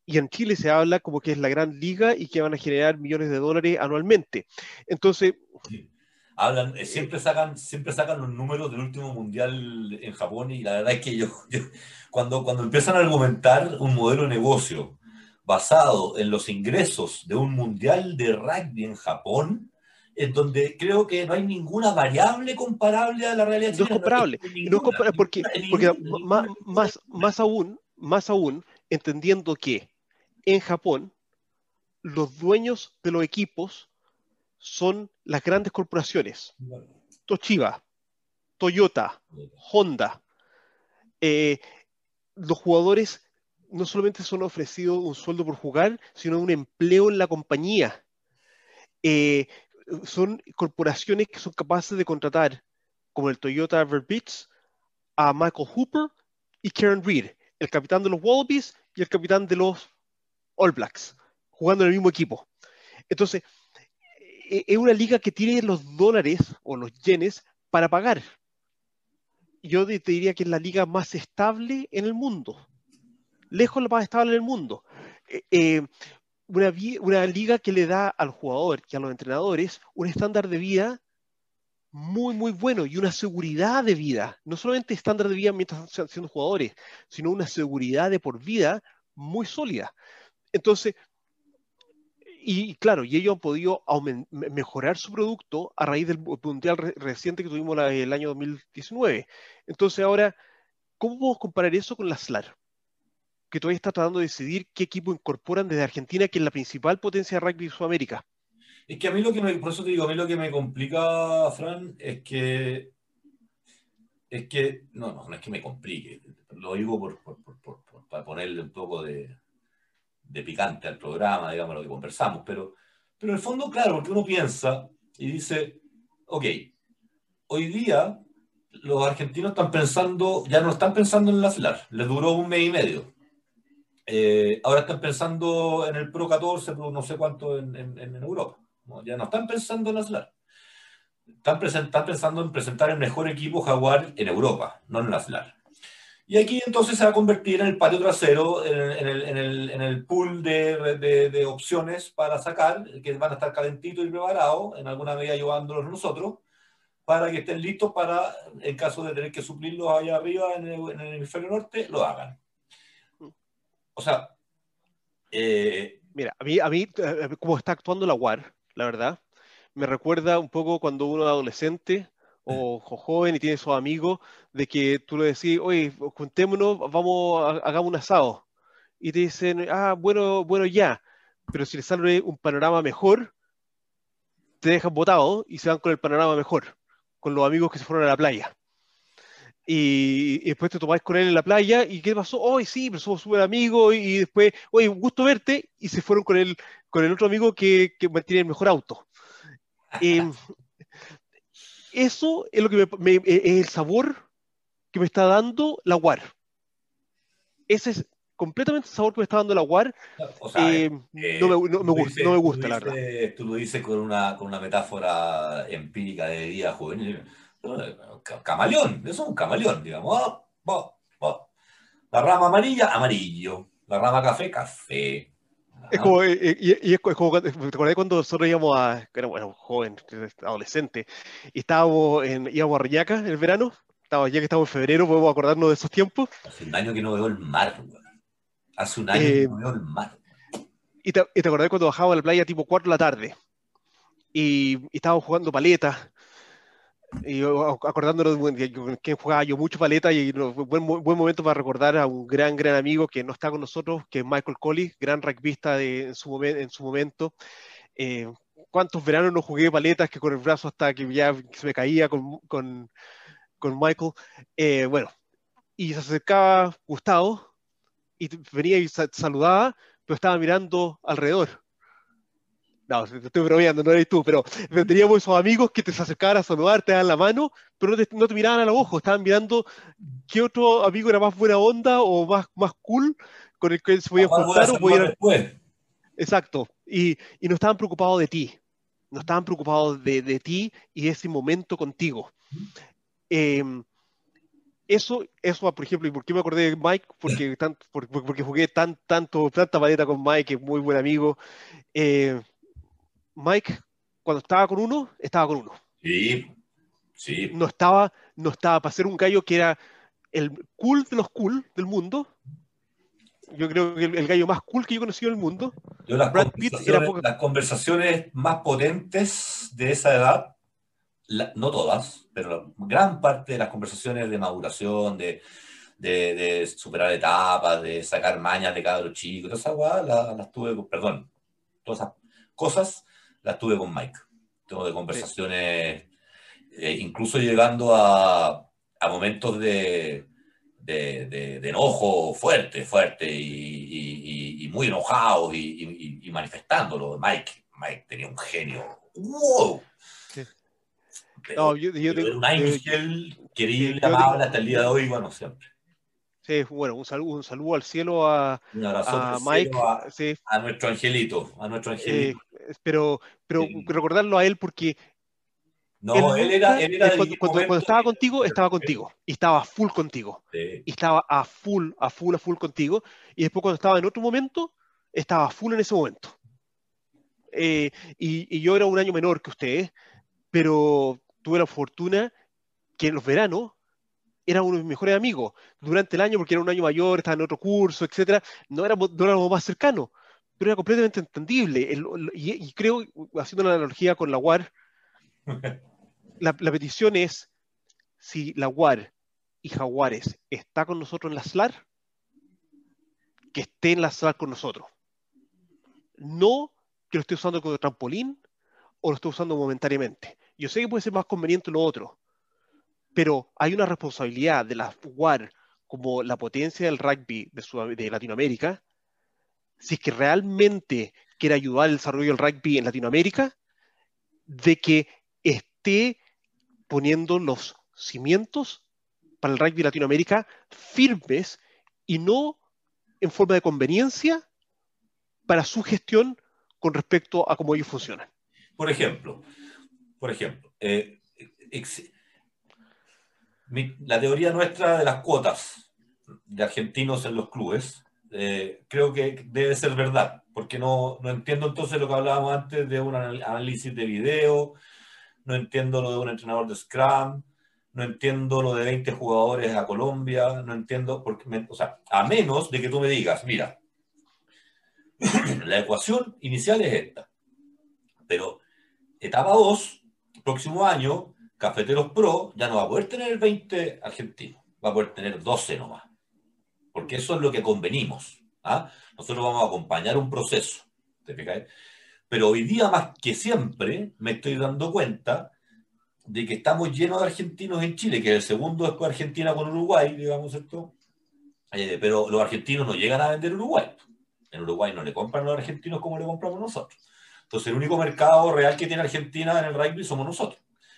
y en Chile se habla como que es la gran liga y que van a generar millones de dólares anualmente. Entonces, Sí. Siempre sacan los números del último mundial en Japón y la verdad es que cuando empiezan a argumentar un modelo de negocio basado en los ingresos de un mundial de rugby en Japón, en donde creo que no hay ninguna variable comparable a la realidad no es chilena, comparable. Y no es ninguna, comparable porque ninguna. más aún, entendiendo que en Japón los dueños de los equipos son las grandes corporaciones. Toshiba, Toyota, Honda. Eh, los jugadores no solamente son ofrecidos un sueldo por jugar, sino un empleo en la compañía. Eh, son corporaciones que son capaces de contratar, como el Toyota Everbeats, a Michael Hooper y Karen Reed, el capitán de los Wallabies y el capitán de los All Blacks, jugando en el mismo equipo. Entonces, es una liga que tiene los dólares o los yenes para pagar. Yo te diría que es la liga más estable en el mundo. Lejos la más estable en el mundo. Una liga que le da al jugador y a los entrenadores un estándar de vida muy, muy bueno y una seguridad de vida. No solamente estándar de vida mientras están siendo jugadores, sino una seguridad de por vida muy sólida. Entonces, y claro, y ellos han podido mejorar su producto a raíz del mundial reciente que tuvimos el año 2019. Entonces ahora, ¿cómo podemos comparar eso con la SLAR? Que todavía está tratando de decidir qué equipo incorporan desde Argentina, que es la principal potencia de rugby de Sudamérica. Es que a mí por eso te digo, a mí lo que me complica, Fran, no es que me complique, lo digo para ponerle un poco de picante al programa, digamos, lo que conversamos, pero en el fondo, claro, porque uno piensa y dice, ok, hoy día los argentinos ya no están pensando en la FLAR, les duró un mes y medio. Ahora están pensando en el Pro 14, Pro no sé cuánto en Europa. ¿No? Ya no están pensando en la FLAR. Están pensando en presentar el mejor equipo Jaguar en Europa, no en la FLAR. Y aquí entonces se va a convertir en el patio trasero, en el pool de opciones para sacar, que van a estar calentitos y preparados, en alguna medida ayudándolos nosotros, para que estén listos para, en caso de tener que suplirlos allá arriba en el hemisferio norte, lo hagan. O sea... Mira, a mí como está actuando la UAR, la verdad, me recuerda un poco cuando uno es adolescente o joven y tiene sus amigos, de que tú le decís, oye, juntémonos, hagamos un asado. Y te dicen, bueno, bueno, ya. Pero si les sale un panorama mejor, te dejan botado y se van con el panorama mejor, con los amigos que se fueron a la playa. Y después te topáis con él en la playa, ¿y qué pasó? Hoy sí, pero somos súper amigos, y después, oye, un gusto verte, y se fueron con el otro amigo que mantiene el mejor auto. Eh, Eso es lo que es el sabor que me está dando la WAR. Ese es completamente el sabor que me está dando la WAR. O sea, No me gusta, la verdad. tú lo dices con una metáfora empírica de vida juvenil. Camaleón, eso es un camaleón, digamos. La rama amarilla, amarillo. La rama café, café. Es como, y es como, ¿te acordás cuando nosotros era bueno, joven, adolescente, y íbamos a Reñaca en el verano? Ya que estamos en febrero, podemos acordarnos de esos tiempos. Hace un año que no veo el mar, güey. Hace un año que Eh, no veo el mar. y te acordás cuando bajábamos a la playa tipo 4 de la tarde y estábamos jugando paletas, y acordándonos de que jugaba yo mucho paleta, y buen momento para recordar a un gran, gran amigo que no está con nosotros, que es Michael Colley, gran rugbyista en su momento. Eh, ¿Cuántos veranos no jugué paletas que con el brazo hasta que ya se me caía con Michael? Bueno, y se acercaba Gustavo y venía y saludaba, pero estaba mirando alrededor. No, te estoy bromeando, no eres tú, pero teníamos esos amigos que te se acercaban a saludar, te daban la mano, pero no te miraban a los ojos, estaban mirando qué otro amigo era más buena onda o más cool con el que se podían ¿Cuál voy a juntar o saludar podían... después? Exacto, y no estaban preocupados de ti, no estaban preocupados de ti y de ese momento contigo. Eh, Eso, por ejemplo, ¿y por qué me acordé de Mike? Porque jugué tanta paleta con Mike, que es muy buen amigo. Eh, Mike, cuando estaba con uno. Sí, sí. No estaba para ser un gallo que era el cool de los cool del mundo. Yo creo que el gallo más cool que yo he conocido en el mundo. Yo Brad Pitt era poco. las conversaciones más potentes de esa edad, no todas, pero gran parte de las conversaciones de maduración, de superar etapas, de sacar mañas de cada chico, todas esas weas las tuve, perdón, todas esas cosas las tuve con Mike. Tengo de Sí. conversaciones, incluso llegando a momentos de enojo fuerte, fuerte y muy enojados y manifestándolo. Mike tenía un genio. ¡Wow! Sí. No, Pero, yo pero tengo, era un yo- ángel sí, querible, yo tengo, amable hasta el día de hoy, bueno, siempre. sí, bueno, un saludo al cielo a, Un abrazo del a cielo Mike, sí, a nuestro angelito, a nuestro eh, angelito. pero querido. recordarlo a él porque él No, nunca, él era de cuando estaba contigo, y estaba full contigo, sí, y estaba a full contigo, y después cuando estaba en otro momento, estaba full en ese momento. Y yo era un año menor que ustedes, pero tuve la fortuna que en los veranos era uno de mis mejores amigos. Durante el año, porque era un año mayor, estaba en otro curso, etcétera, no éramos más cercanos, pero era completamente entendible. Y creo, haciendo una analogía con la UAR, la petición es, si la UAR y Jaguares está con nosotros en la SLAR, que esté en la SLAR con nosotros. No que lo esté usando como trampolín o lo esté usando momentáneamente. Yo sé que puede ser más conveniente lo otro, pero hay una responsabilidad de la UAR como la potencia del rugby de Latinoamérica, si es que realmente quiere ayudar al desarrollo del rugby en Latinoamérica, de que esté poniendo los cimientos para el rugby de Latinoamérica firmes y no en forma de conveniencia para su gestión con respecto a cómo ellos funcionan. por ejemplo, por ejemplo, ex- la teoría nuestra de las cuotas de argentinos en los clubes, creo que debe ser verdad, porque no entiendo entonces lo que hablábamos antes de un análisis de video, no entiendo lo de un entrenador de Scrum, no entiendo lo de 20 jugadores a Colombia, no entiendo, o sea, a menos de que tú me digas, mira, la ecuación inicial es esta, pero etapa 2, próximo año, Cafeteros Pro ya no va a poder tener 20 argentinos, va a poder tener 12 nomás, porque eso es lo que convenimos. ¿Ah? Nosotros vamos a acompañar un proceso, ¿te fijas? Pero hoy día más que siempre me estoy dando cuenta de que estamos llenos de argentinos en Chile, que es el segundo después de Argentina con Uruguay, digamos esto, pero los argentinos no llegan a vender Uruguay. En Uruguay no le compran a los argentinos como le compramos nosotros. Entonces el único mercado real que tiene Argentina en el rugby somos nosotros,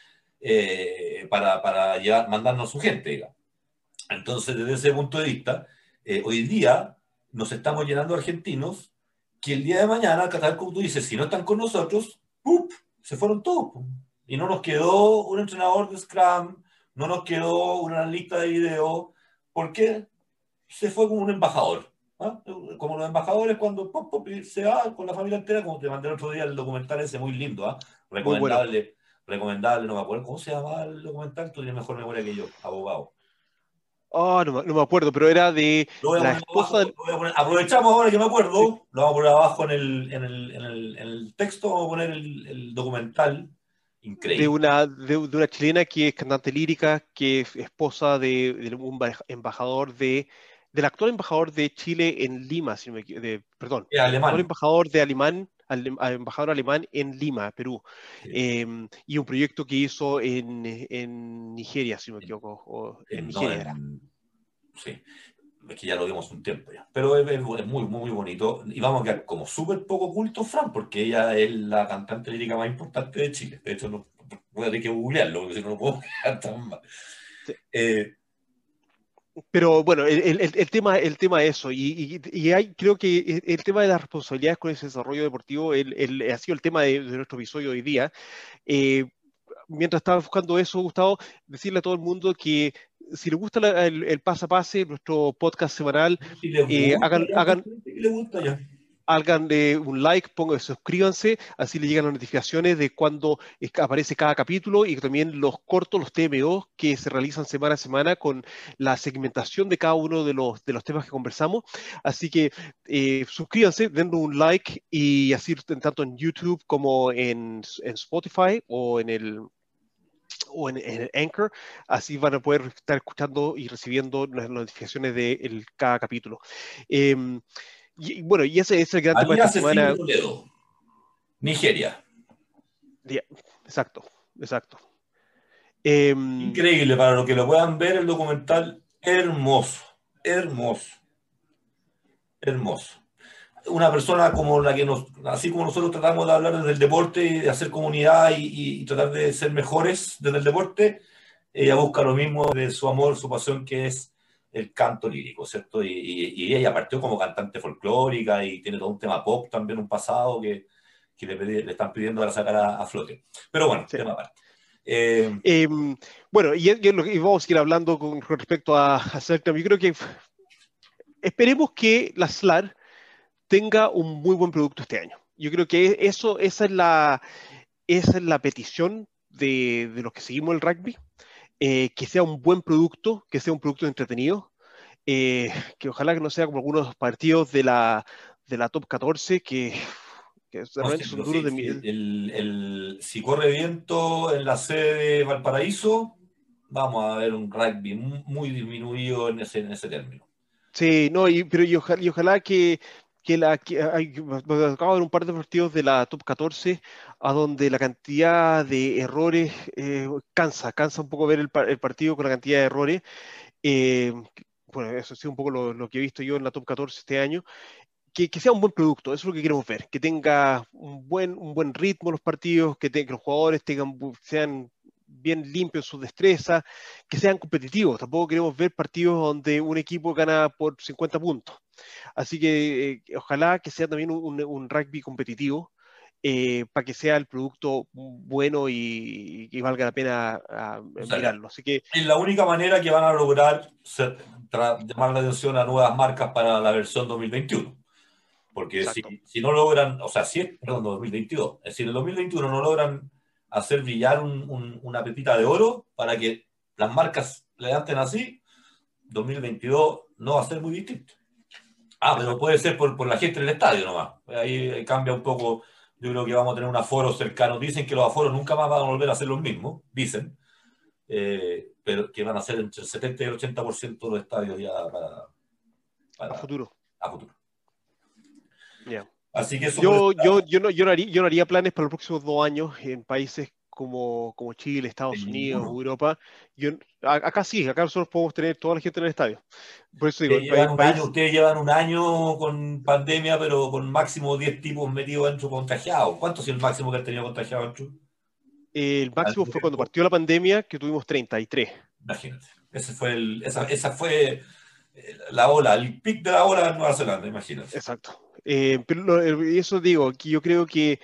para llevar, mandarnos su gente, digamos. Entonces desde ese punto de vista, hoy día nos estamos llenando de argentinos que el día de mañana, tal como tú dices, si no están con nosotros, ¡pup!, se fueron todos. Y no nos quedó un entrenador de Scrum, no nos quedó una lista de video, porque se fue como un embajador. ¿Ah? Como los embajadores cuando pop, pop, se va con la familia entera, como te mandé el otro día el documental ese muy lindo, ¿ah? Muy bueno. Recomendable, recomendable, no me acuerdo cómo se llama el documental, tú tienes mejor memoria que yo, abogado. Oh, no me acuerdo, pero era de Lo voy a la poner esposa abajo, del, aprovechamos ahora que me sí, acuerdo, lo vamos a poner abajo en el texto, vamos a poner el documental, de increíble. una, de una chilena que es cantante lírica, que es esposa de un embajador del actual embajador de Chile en Lima, si no me perdón, Es del actual alemán. embajador embajador alemán en Lima, Perú, Sí. y un proyecto que hizo en Nigeria, si no me equivoco, o en No, Nigeria era. sí, es que ya lo vimos un tiempo ya. Pero es muy, muy bonito. Y vamos a quedar como súper poco culto, Fran, porque ella es la cantante lírica más importante de Chile. De hecho, no, voy a tener que googlearlo, porque si no, no puedo quedar tan mal. Sí. Eh, Pero bueno, el tema es eso, creo que el tema de las responsabilidades con ese desarrollo deportivo ha sido el tema de nuestro episodio hoy día. Eh, Mientras estaba buscando eso, Gustavo, decirle a todo el mundo que si les gusta el Pase a Pase, nuestro podcast semanal, Si les gusta, hagan, ya hay hagan, gente que le gusta ya. hagan un like, suscríbanse, así les llegan las notificaciones de cuando aparece cada capítulo y también los cortos, los TMO que se realizan semana a semana con la segmentación de cada uno de los temas que conversamos. Así que suscríbanse, denle un like y así tanto en YouTube como en Spotify o en el Anchor, así van a poder estar escuchando y recibiendo las notificaciones de cada capítulo. Y bueno, y ese es el gran tema de Ali esta Asesino semana. Toledo, Nigeria. Exacto, exacto. Em, Increíble, para los que lo puedan ver, el documental, hermoso, hermoso, hermoso. Una persona como la que así como nosotros tratamos de hablar desde el deporte y de hacer comunidad y tratar de ser mejores desde el deporte, ella busca lo mismo de su amor, su pasión, que es el canto lírico, ¿cierto? Y ella partió como cantante folclórica y tiene todo un tema pop también, un pasado que le están pidiendo para sacar a flote. Pero bueno, sí. tema aparte. Bueno, y vamos a ir hablando con respecto a Selknam. Yo creo que esperemos que la SLAR tenga un muy buen producto este año. Yo creo que esa es la petición de los que seguimos el rugby, que sea un buen producto, que sea un producto entretenido, que ojalá que no sea como algunos partidos de la Top 14 que No sé, realmente son pero duros si, de mil. si corre viento en la sede de Valparaíso, vamos a ver un rugby muy disminuido en ese término. Sí, no, y ojalá acabo de ver un par de partidos de la Top 14 a donde la cantidad de errores cansa un poco ver el partido con la cantidad de errores. Eh, bueno, eso ha sido un poco lo que he visto yo en la Top 14 este año. Que sea un buen producto, eso es lo que queremos ver, que tenga un buen ritmo los partidos, que los jugadores sean bien limpios en sus destrezas, que sean competitivos. Tampoco queremos ver partidos donde un equipo gana por 50 puntos. Así que ojalá que sea también un rugby competitivo, para que sea el producto bueno y valga la pena O sea, mirarlo. Así que, es la única manera que van a lograr llamar la atención a nuevas marcas para la versión 2021. Porque exacto. si no logran, o sea, si es, perdón, 2022, es decir, en el 2021 no logran hacer brillar una pepita de oro para que las marcas levanten así, 2022 no va a ser muy distinto. Pero Exacto. puede ser por la gente en el estadio nomás. Ahí cambia un poco. Yo creo que vamos a tener un aforo cercano. Dicen que los aforos nunca más van a volver a ser los mismos, dicen, pero que van a ser entre el 70 y el 80% de los estadios ya A para futuro. a futuro. Ya. Así que eso por eso. Yo no haría planes para los próximos 2 años en países como Chile, De Estados Unidos, ninguno. Europa. Acá sí, acá nosotros podemos tener toda la gente en el estadio. Por eso digo, en país, Ustedes llevan un año con pandemia, pero con máximo 10 tipos metidos dentro contagiados. ¿Cuántos es el máximo que han tenido contagiados dentro? el Al máximo mismo fue cuando tiempo. partió la pandemia, que tuvimos 33. Imagínate. Esa fue la ola, el pic de la ola en Nueva Zelanda, imagínate. Exacto. Pero eso digo, que yo creo que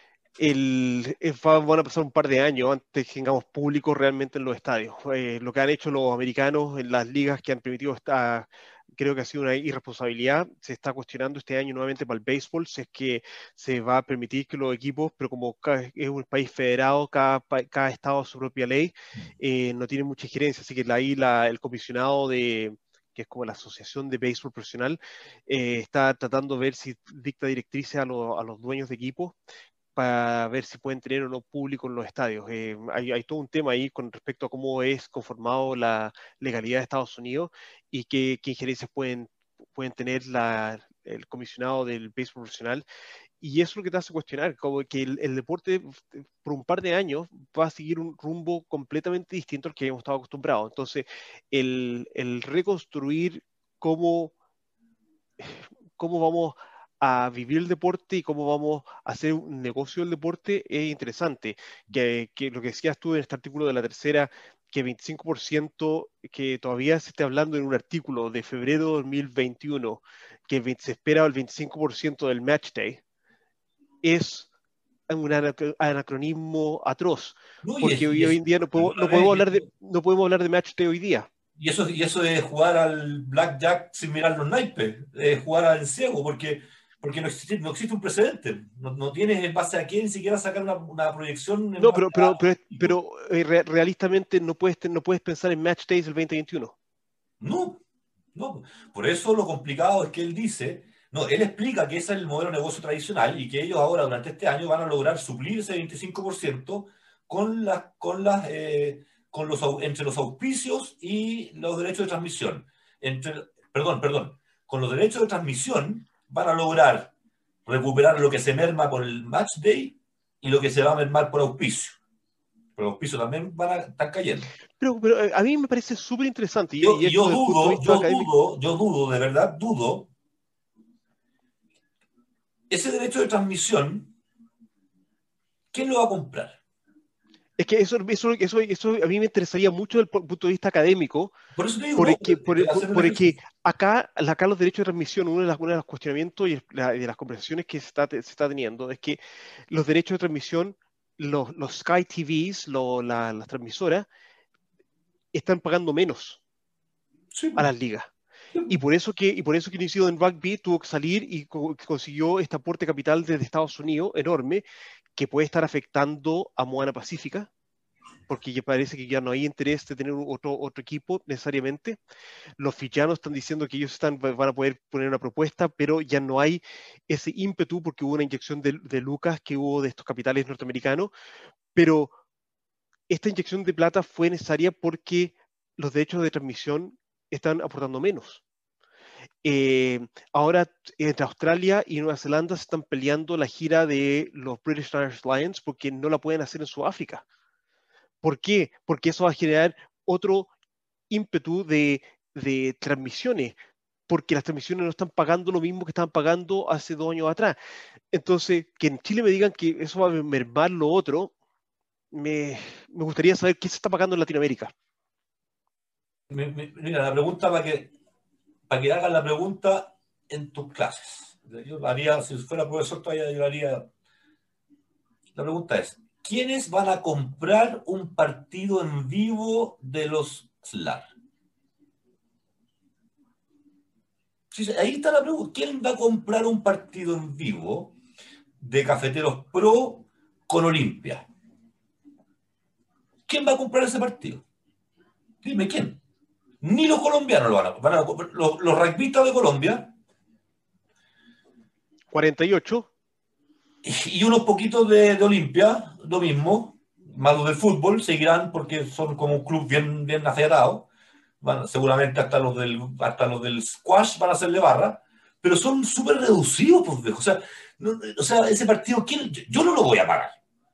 van a pasar un par de años antes que tengamos público realmente en los estadios. Lo que han hecho los americanos en las ligas que han permitido creo que ha sido una irresponsabilidad. Se está cuestionando este año nuevamente para el béisbol si es que se va a permitir que los equipos, pero como es un país federado, cada estado a su propia ley, no tiene mucha injerencia. Así que ahí el comisionado que es como la Asociación de Béisbol Profesional, está tratando de ver si dicta directrices a los dueños de equipos para ver si pueden tener o no público en los estadios. Hay todo un tema ahí con respecto a cómo es conformado la legalidad de Estados Unidos y qué injerencias pueden tener el comisionado del béisbol profesional. Y eso es lo que te hace cuestionar, como que el deporte por un par de años va a seguir un rumbo completamente distinto al que habíamos estado acostumbrados. Entonces, el reconstruir cómo cómo vamos a vivir el deporte y cómo vamos a hacer un negocio del deporte es interesante. Que lo que decías tú en este artículo de La Tercera, que 25%, que todavía se esté hablando en un artículo de febrero de 2021, que se espera el 25% del match day, es un anacronismo atroz, No, porque hoy es en día no al podemos, no revés, podemos hablar de match day hoy día. Y eso es jugar al blackjack sin mirar los naipes, jugar al ciego, porque no existe un precedente. No tienes en base a qué ni siquiera sacar una proyección en No, base realistamente no puedes pensar en match days del 2021. No, no. Por eso lo complicado es que él dice, no, él explica que ese es el modelo de negocio tradicional y que ellos ahora durante este año van a lograr suplir ese 25% entre los auspicios y los derechos de transmisión. Perdón, con los derechos de transmisión van a lograr recuperar lo que se merma con el match day y lo que se va a mermar por auspicio. Pero los auspicios también van a estar cayendo. Pero a mí me parece súper interesante. Y Yo esto desde el punto de vista académico. yo dudo, de verdad dudo, ese derecho de transmisión, ¿quién lo va a comprar? Es que eso a mí me interesaría mucho desde el punto de vista académico, Por eso te digo, no, porque acá los derechos de transmisión, uno de los cuestionamientos y de las conversaciones que se está teniendo es que los derechos de transmisión, los Sky TVs, las transmisoras, están pagando menos sí, a las ligas. Y por eso que inició en rugby tuvo que salir y consiguió este aporte capital desde Estados Unidos enorme que puede estar afectando a Moana Pacífica, porque ya parece que ya no hay interés de tener otro equipo necesariamente. Los fichanos están diciendo que ellos van a poder poner una propuesta, pero ya no hay ese ímpetu porque hubo una inyección de lucas que hubo de estos capitales norteamericanos, pero esta inyección de plata fue necesaria porque los derechos de transmisión están aportando menos. Ahora entre Australia y Nueva Zelanda se están peleando la gira de los British Lions porque no la pueden hacer en Sudáfrica. ¿Por qué? Porque eso va a generar otro ímpetu de transmisiones, porque las transmisiones no están pagando lo mismo que estaban pagando hace 2 años atrás. Entonces, que en Chile me digan que eso va a mermar lo otro, me gustaría saber qué se está pagando en Latinoamérica. Mira, la pregunta para que hagas la pregunta en tus clases. Yo haría, si fuera profesor todavía yo haría. La pregunta es, ¿quiénes van a comprar un partido en vivo de los SLAR? Sí, ahí está la pregunta. ¿Quién va a comprar un partido en vivo de Cafeteros Pro con Olimpia? ¿Quién va a comprar ese partido? Dime quién. Ni los colombianos lo van a comprar. Los rugbyistas de Colombia 48. y unos poquitos de Olimpia, lo mismo, más los del fútbol, seguirán porque son como un club bien, bien afiatado. Seguramente hasta los del squash van a hacerle barra, pero son súper reducidos, pues, viejo. O sea, ese partido, yo no lo voy a pagar.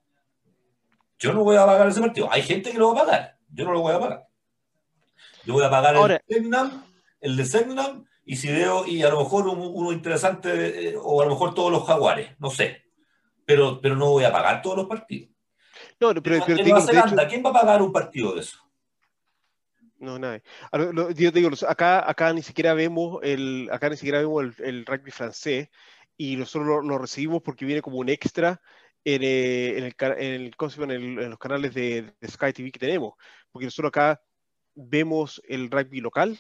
Yo no voy a pagar ese partido. Hay gente que lo va a pagar. Yo no lo voy a pagar. Yo voy a pagar Ahora, el de Segnam, y si veo, y a lo mejor uno interesante, o a lo mejor todos los Jaguares, no sé. Pero no voy a pagar todos los partidos. no, pero En Nueva Zelanda, ¿quién va a pagar un partido de eso? No, nada. Yo te digo, acá ni siquiera vemos el rugby francés y nosotros lo recibimos porque viene como un extra en los canales de Sky TV que tenemos, porque nosotros acá vemos el rugby local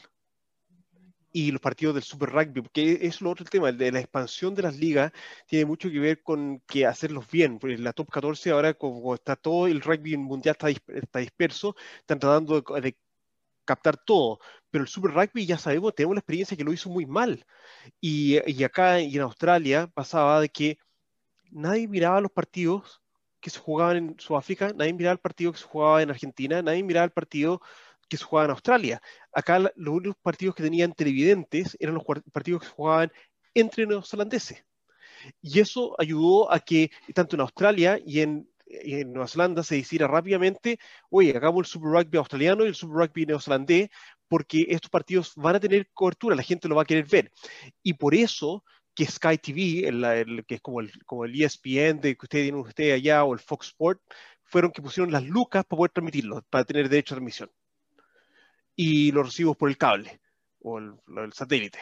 y los partidos del Super Rugby, porque es lo otro tema, el de la expansión de las ligas tiene mucho que ver con que hacerlos bien, porque la Top 14 ahora como está todo el rugby mundial está disperso, están tratando de captar todo, pero el Super Rugby ya sabemos, tenemos la experiencia que lo hizo muy mal, y acá y en Australia pasaba de que nadie miraba los partidos que se jugaban en Sudáfrica, nadie miraba el partido que se jugaba en Argentina, nadie miraba el partido que se jugaba en Australia. Acá los únicos partidos que tenían televidentes eran los partidos que se jugaban entre neozelandeses. Y eso ayudó a que tanto en Australia y en Nueva Zelanda se hiciera rápidamente, oye, hagamos el Super Rugby australiano y el Super Rugby neozelandés, porque estos partidos van a tener cobertura, la gente lo va a querer ver. Y por eso que Sky TV, que es como el ESPN que ustedes tienen allá, o el Fox Sport, fueron que pusieron las lucas para poder transmitirlo, para tener derecho a transmisión. Y los recibos por el cable o el satélite.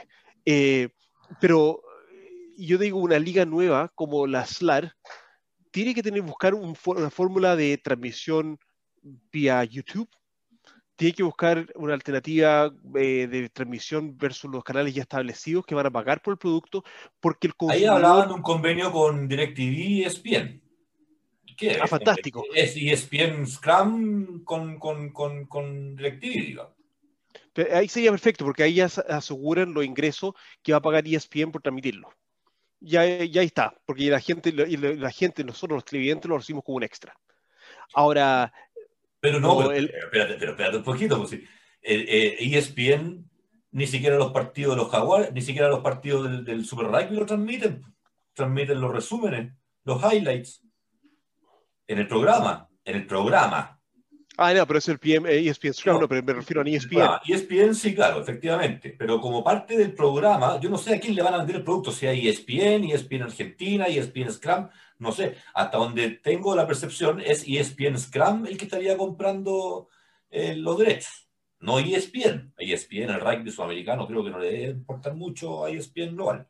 Pero yo digo, una liga nueva como la SLAR tiene que buscar una fórmula de transmisión vía YouTube, tiene que buscar una alternativa de transmisión versus los canales ya establecidos que van a pagar por el producto, porque el Ahí hablaban consumidor... de un convenio con DirecTV y ESPN. ¿Qué Ah, es? fantástico. Es ESPN Scrum con DirecTV, digamos. Pero ahí sería perfecto, porque ahí ya aseguran los ingresos que va a pagar ESPN por transmitirlo. Ya ahí está, porque la gente, nosotros los televidentes lo recibimos como un extra. Ahora, Pero no, lo, el, pero espérate un poquito, pues sí. ESPN ni siquiera los partidos de los Jaguares, ni siquiera los partidos del Super Rugby lo transmiten. Transmiten los resúmenes, los highlights, en el programa, en el programa. no, pero es el ESPN Scrum, no, No, pero me refiero a el programa. ESPN. ESPN sí, claro, efectivamente, pero como parte del programa, yo no sé a quién le van a vender el producto, si a ESPN, ESPN Argentina, ESPN Scrum, no sé, hasta donde tengo la percepción es ESPN Scrum el que estaría comprando los derechos, no ESPN. A ESPN, el rugby sudamericano, creo que no le debe importar mucho a ESPN global.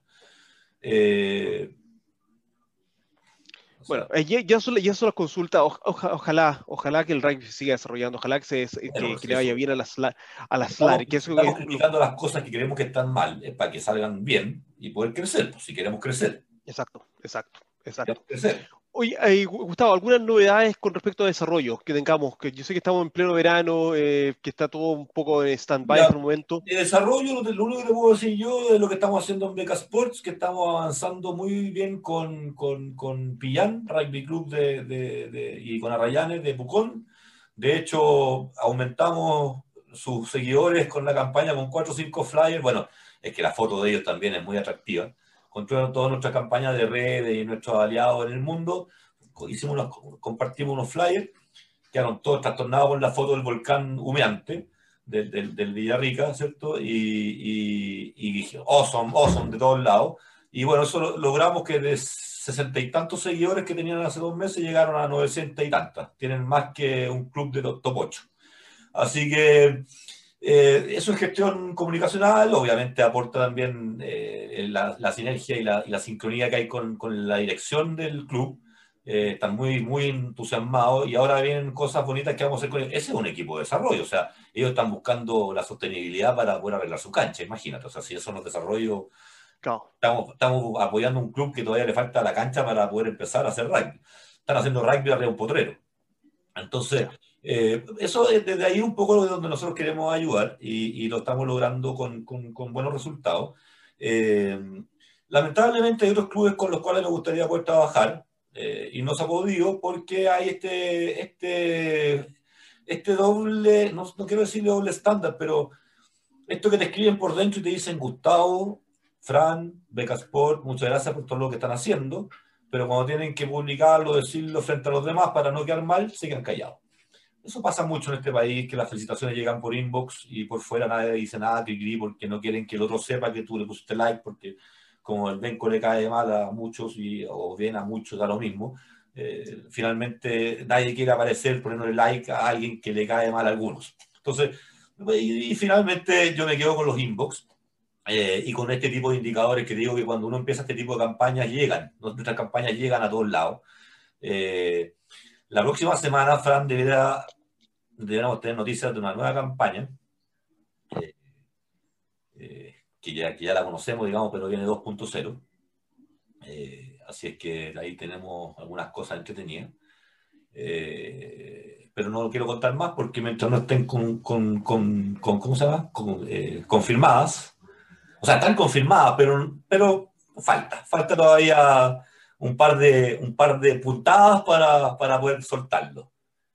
O Bueno, sea, ya son las consultas. Ojalá que el rugby se siga desarrollando, ojalá bueno, que pues le vaya eso. bien a la Estamos, SLAR, que eso estamos criticando las cosas que creemos que están mal, para que salgan bien y poder crecer, pues, si queremos crecer. exacto, exacto, Si queremos exacto. crecer. Oye, Gustavo, ¿algunas novedades con respecto a desarrollo que tengamos? Que yo sé que estamos en pleno verano, que está todo un poco en stand-by Mira, hasta el momento. de desarrollo, lo único que te puedo decir yo de lo que estamos haciendo en Beca Sports, que estamos avanzando muy bien con Pillán, Rugby Club y con Arrayanes de Pucón. De hecho, aumentamos sus seguidores con la campaña con 4 o 5 flyers. Bueno, es que la foto de ellos también es muy atractiva. Con todas nuestras campañas de redes y nuestros aliados en el mundo, compartimos unos flyers, quedaron todos trastornados con la foto del volcán humeante del Villarrica, ¿cierto? Y dije, awesome, awesome, de todos lados. Y bueno, eso logramos que de 60 y tantos seguidores que tenían hace 2 meses llegaron a 900 y tantas. Tienen más que un club de top 8. Así que eso es gestión comunicacional, obviamente aporta también la sinergia y la sincronía que hay con la dirección del club. Están muy entusiasmados y ahora vienen cosas bonitas que vamos a hacer con ellos. Ese es un equipo de desarrollo, o sea, ellos están buscando la sostenibilidad para poder arreglar su cancha, imagínate, o sea, si eso no es desarrollo, Claro. estamos apoyando un club que todavía le falta la cancha para poder empezar a hacer rugby. Están haciendo rugby arriba de un potrero. Entonces, Ya. eso es desde ahí un poco de donde nosotros queremos ayudar y lo estamos logrando con buenos resultados. Eh, Lamentablemente hay otros clubes con los cuales nos gustaría poder trabajar y no se ha podido porque hay este doble, no quiero decir doble estándar, pero esto que te escriben por dentro y te dicen Gustavo, Fran, Beca Sport, muchas gracias por todo lo que están haciendo, pero cuando tienen que publicarlo, decirlo frente a los demás para no quedar mal, se quedan callados. Eso pasa mucho en este país, que las felicitaciones llegan por inbox y por fuera nadie dice nada, porque no quieren que el otro sepa que tú le pusiste like, porque como el Benco le cae mal a muchos o bien a muchos, da lo mismo. Finalmente nadie quiere aparecer poniéndole like a alguien que le cae mal a algunos. Entonces, y finalmente yo me quedo con los inbox y con este tipo de indicadores que digo que cuando uno empieza este tipo de campañas llegan, nuestras campañas llegan a todos lados. La próxima semana, Fran, deberíamos tener noticias de una nueva campaña, que ya la conocemos, digamos, pero viene 2.0. Así es que ahí tenemos algunas cosas entretenidas. Pero no lo quiero contar más porque mientras no estén ¿cómo se llama? Confirmadas. O sea, están confirmadas, pero falta todavía un par de puntadas para poder soltarlo.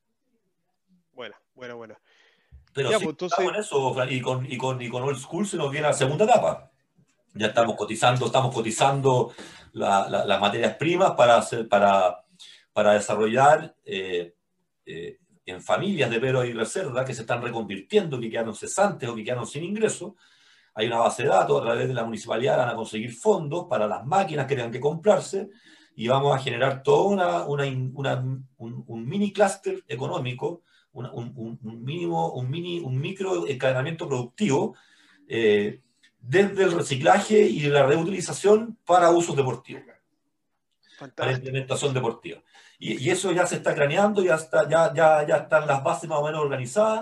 Bueno. Pero Ya, sí, pues estamos entonces, en eso, Fran, y con Old School se nos viene la segunda etapa. Ya estamos cotizando las materias primas para desarrollar en familias de Pero y Reserva que se están reconvirtiendo, que quedaron cesantes o que quedaron sin ingresos. Hay una base de datos, a través de la municipalidad van a conseguir fondos para las máquinas que tengan que comprarse y vamos a generar todo un mini clúster económico, un micro encadenamiento productivo desde el reciclaje y la reutilización para usos deportivos, para fantástico. implementación deportiva. Y eso ya se está craneando, ya están las bases más o menos organizadas.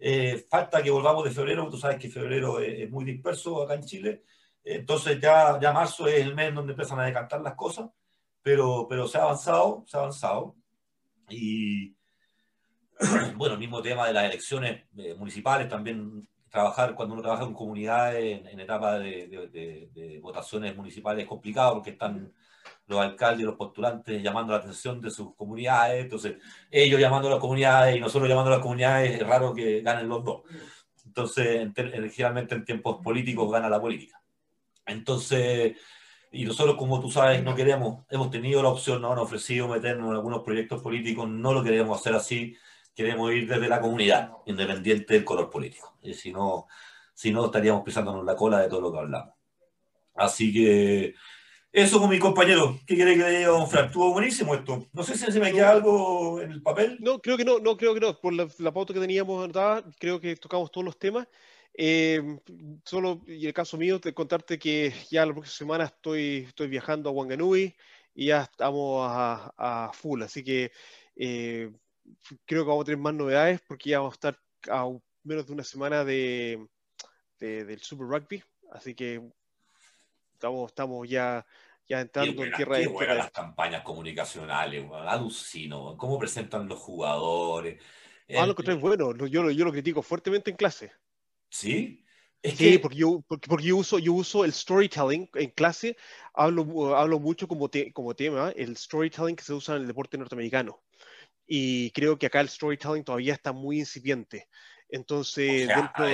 Falta que volvamos de febrero, tú sabes que febrero es muy disperso acá en Chile. Entonces ya marzo es el mes donde empiezan a decantar las cosas, pero se ha avanzado, se ha avanzado. Y bueno, el mismo tema de las elecciones municipales, también cuando uno trabaja con comunidades en etapa de votaciones municipales es complicado porque están los alcaldes y los postulantes llamando la atención de sus comunidades, entonces ellos llamando a las comunidades y nosotros llamando a las comunidades, es raro que ganen los dos. Entonces, generalmente en tiempos políticos gana la política. Entonces, y nosotros, como tú sabes, no queremos, hemos tenido la opción, nos han ofrecido meternos en algunos proyectos políticos, no lo queremos hacer así, queremos ir desde la comunidad, independiente del color político. Y si no estaríamos pisándonos la cola de todo lo que hablamos. Así que eso con mi compañero. ¿Qué quiere que le diga, don Fran? Estuvo buenísimo esto. No sé si se me queda algo en el papel. No, creo que no. Por la pauta que teníamos anotada, creo que tocamos todos los temas. Solo, y el caso mío, de contarte que ya la próxima semana estoy viajando a Wanganui y ya estamos a full. Así que creo que vamos a tener más novedades porque ya vamos a estar a menos de una semana del Super Rugby. Así que estamos ya entrando en tierra de las campañas comunicacionales, alucino, cómo presentan los jugadores. Lo encontré bueno, yo lo critico fuertemente en clase. ¿Sí? Porque yo uso el storytelling en clase, hablo mucho como tema, el storytelling que se usa en el deporte norteamericano. Y creo que acá el storytelling todavía está muy incipiente. Entonces,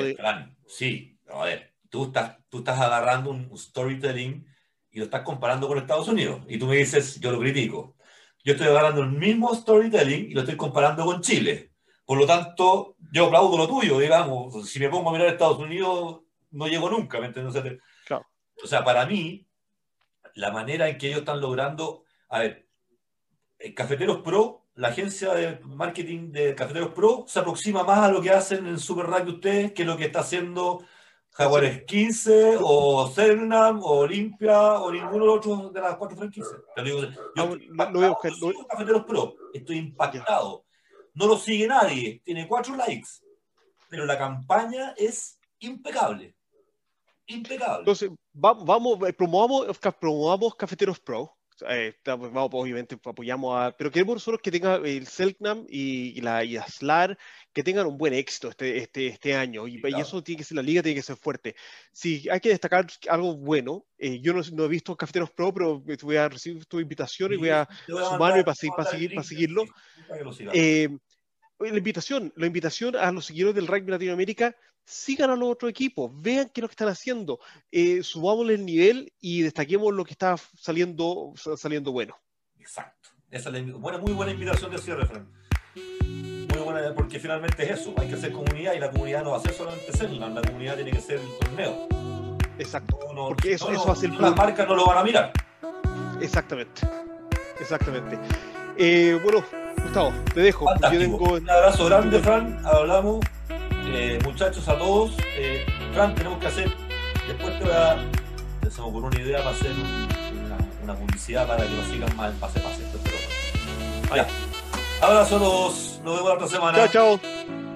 tú estás agarrando un storytelling y lo estás comparando con Estados Unidos. Y tú me dices, yo lo critico. Yo estoy agarrando el mismo storytelling y lo estoy comparando con Chile. Por lo tanto, yo aplaudo lo tuyo, digamos. Si me pongo a mirar a Estados Unidos, no llego nunca, ¿me entiendes? Claro. O sea, para mí, la manera en que ellos están logrando... A ver, Cafeteros Pro, la agencia de marketing de Cafeteros Pro, se aproxima más a lo que hacen en Super Rugby ustedes que lo que está haciendo Jaguares 15 o Cernam o Olimpia o ninguno de los otros de las 4 franquicias. Te digo, yo sigo Cafeteros Pro, estoy impactado. No lo sigue nadie, tiene 4 likes, pero la campaña es impecable. Impecable. Entonces, promovamos Cafeteros Pro. Obviamente apoyamos pero queremos nosotros que tenga el Selknam y Aslar que tengan un buen éxito este año y eso tiene que ser, la liga tiene que ser fuerte. Si hay que destacar algo bueno, yo no he visto Cafeteros Pro, pero voy a recibir tu invitación y voy a sumarme para seguirlo. La invitación a los seguidores del rugby Latinoamérica: sigan a los otros equipos, vean qué es lo que están haciendo, subámosle el nivel y destaquemos lo que está saliendo bueno. Exacto. Esa es muy buena invitación de cierre, Fran. Muy buena, porque finalmente es eso, hay que hacer comunidad y la comunidad no va a ser solamente Selknam, la comunidad tiene que ser el torneo. Exacto, porque eso hace el las marcas no lo van a mirar. Exactamente. Bueno, Gustavo, te dejo. Un abrazo grande, Fran, hablamos. Muchachos, a todos. Fran, tenemos que hacer, después se me ocurrió una idea para hacer una publicidad para que nos sigan más en pase. Abrazo a todos, nos vemos la otra semana. Chao.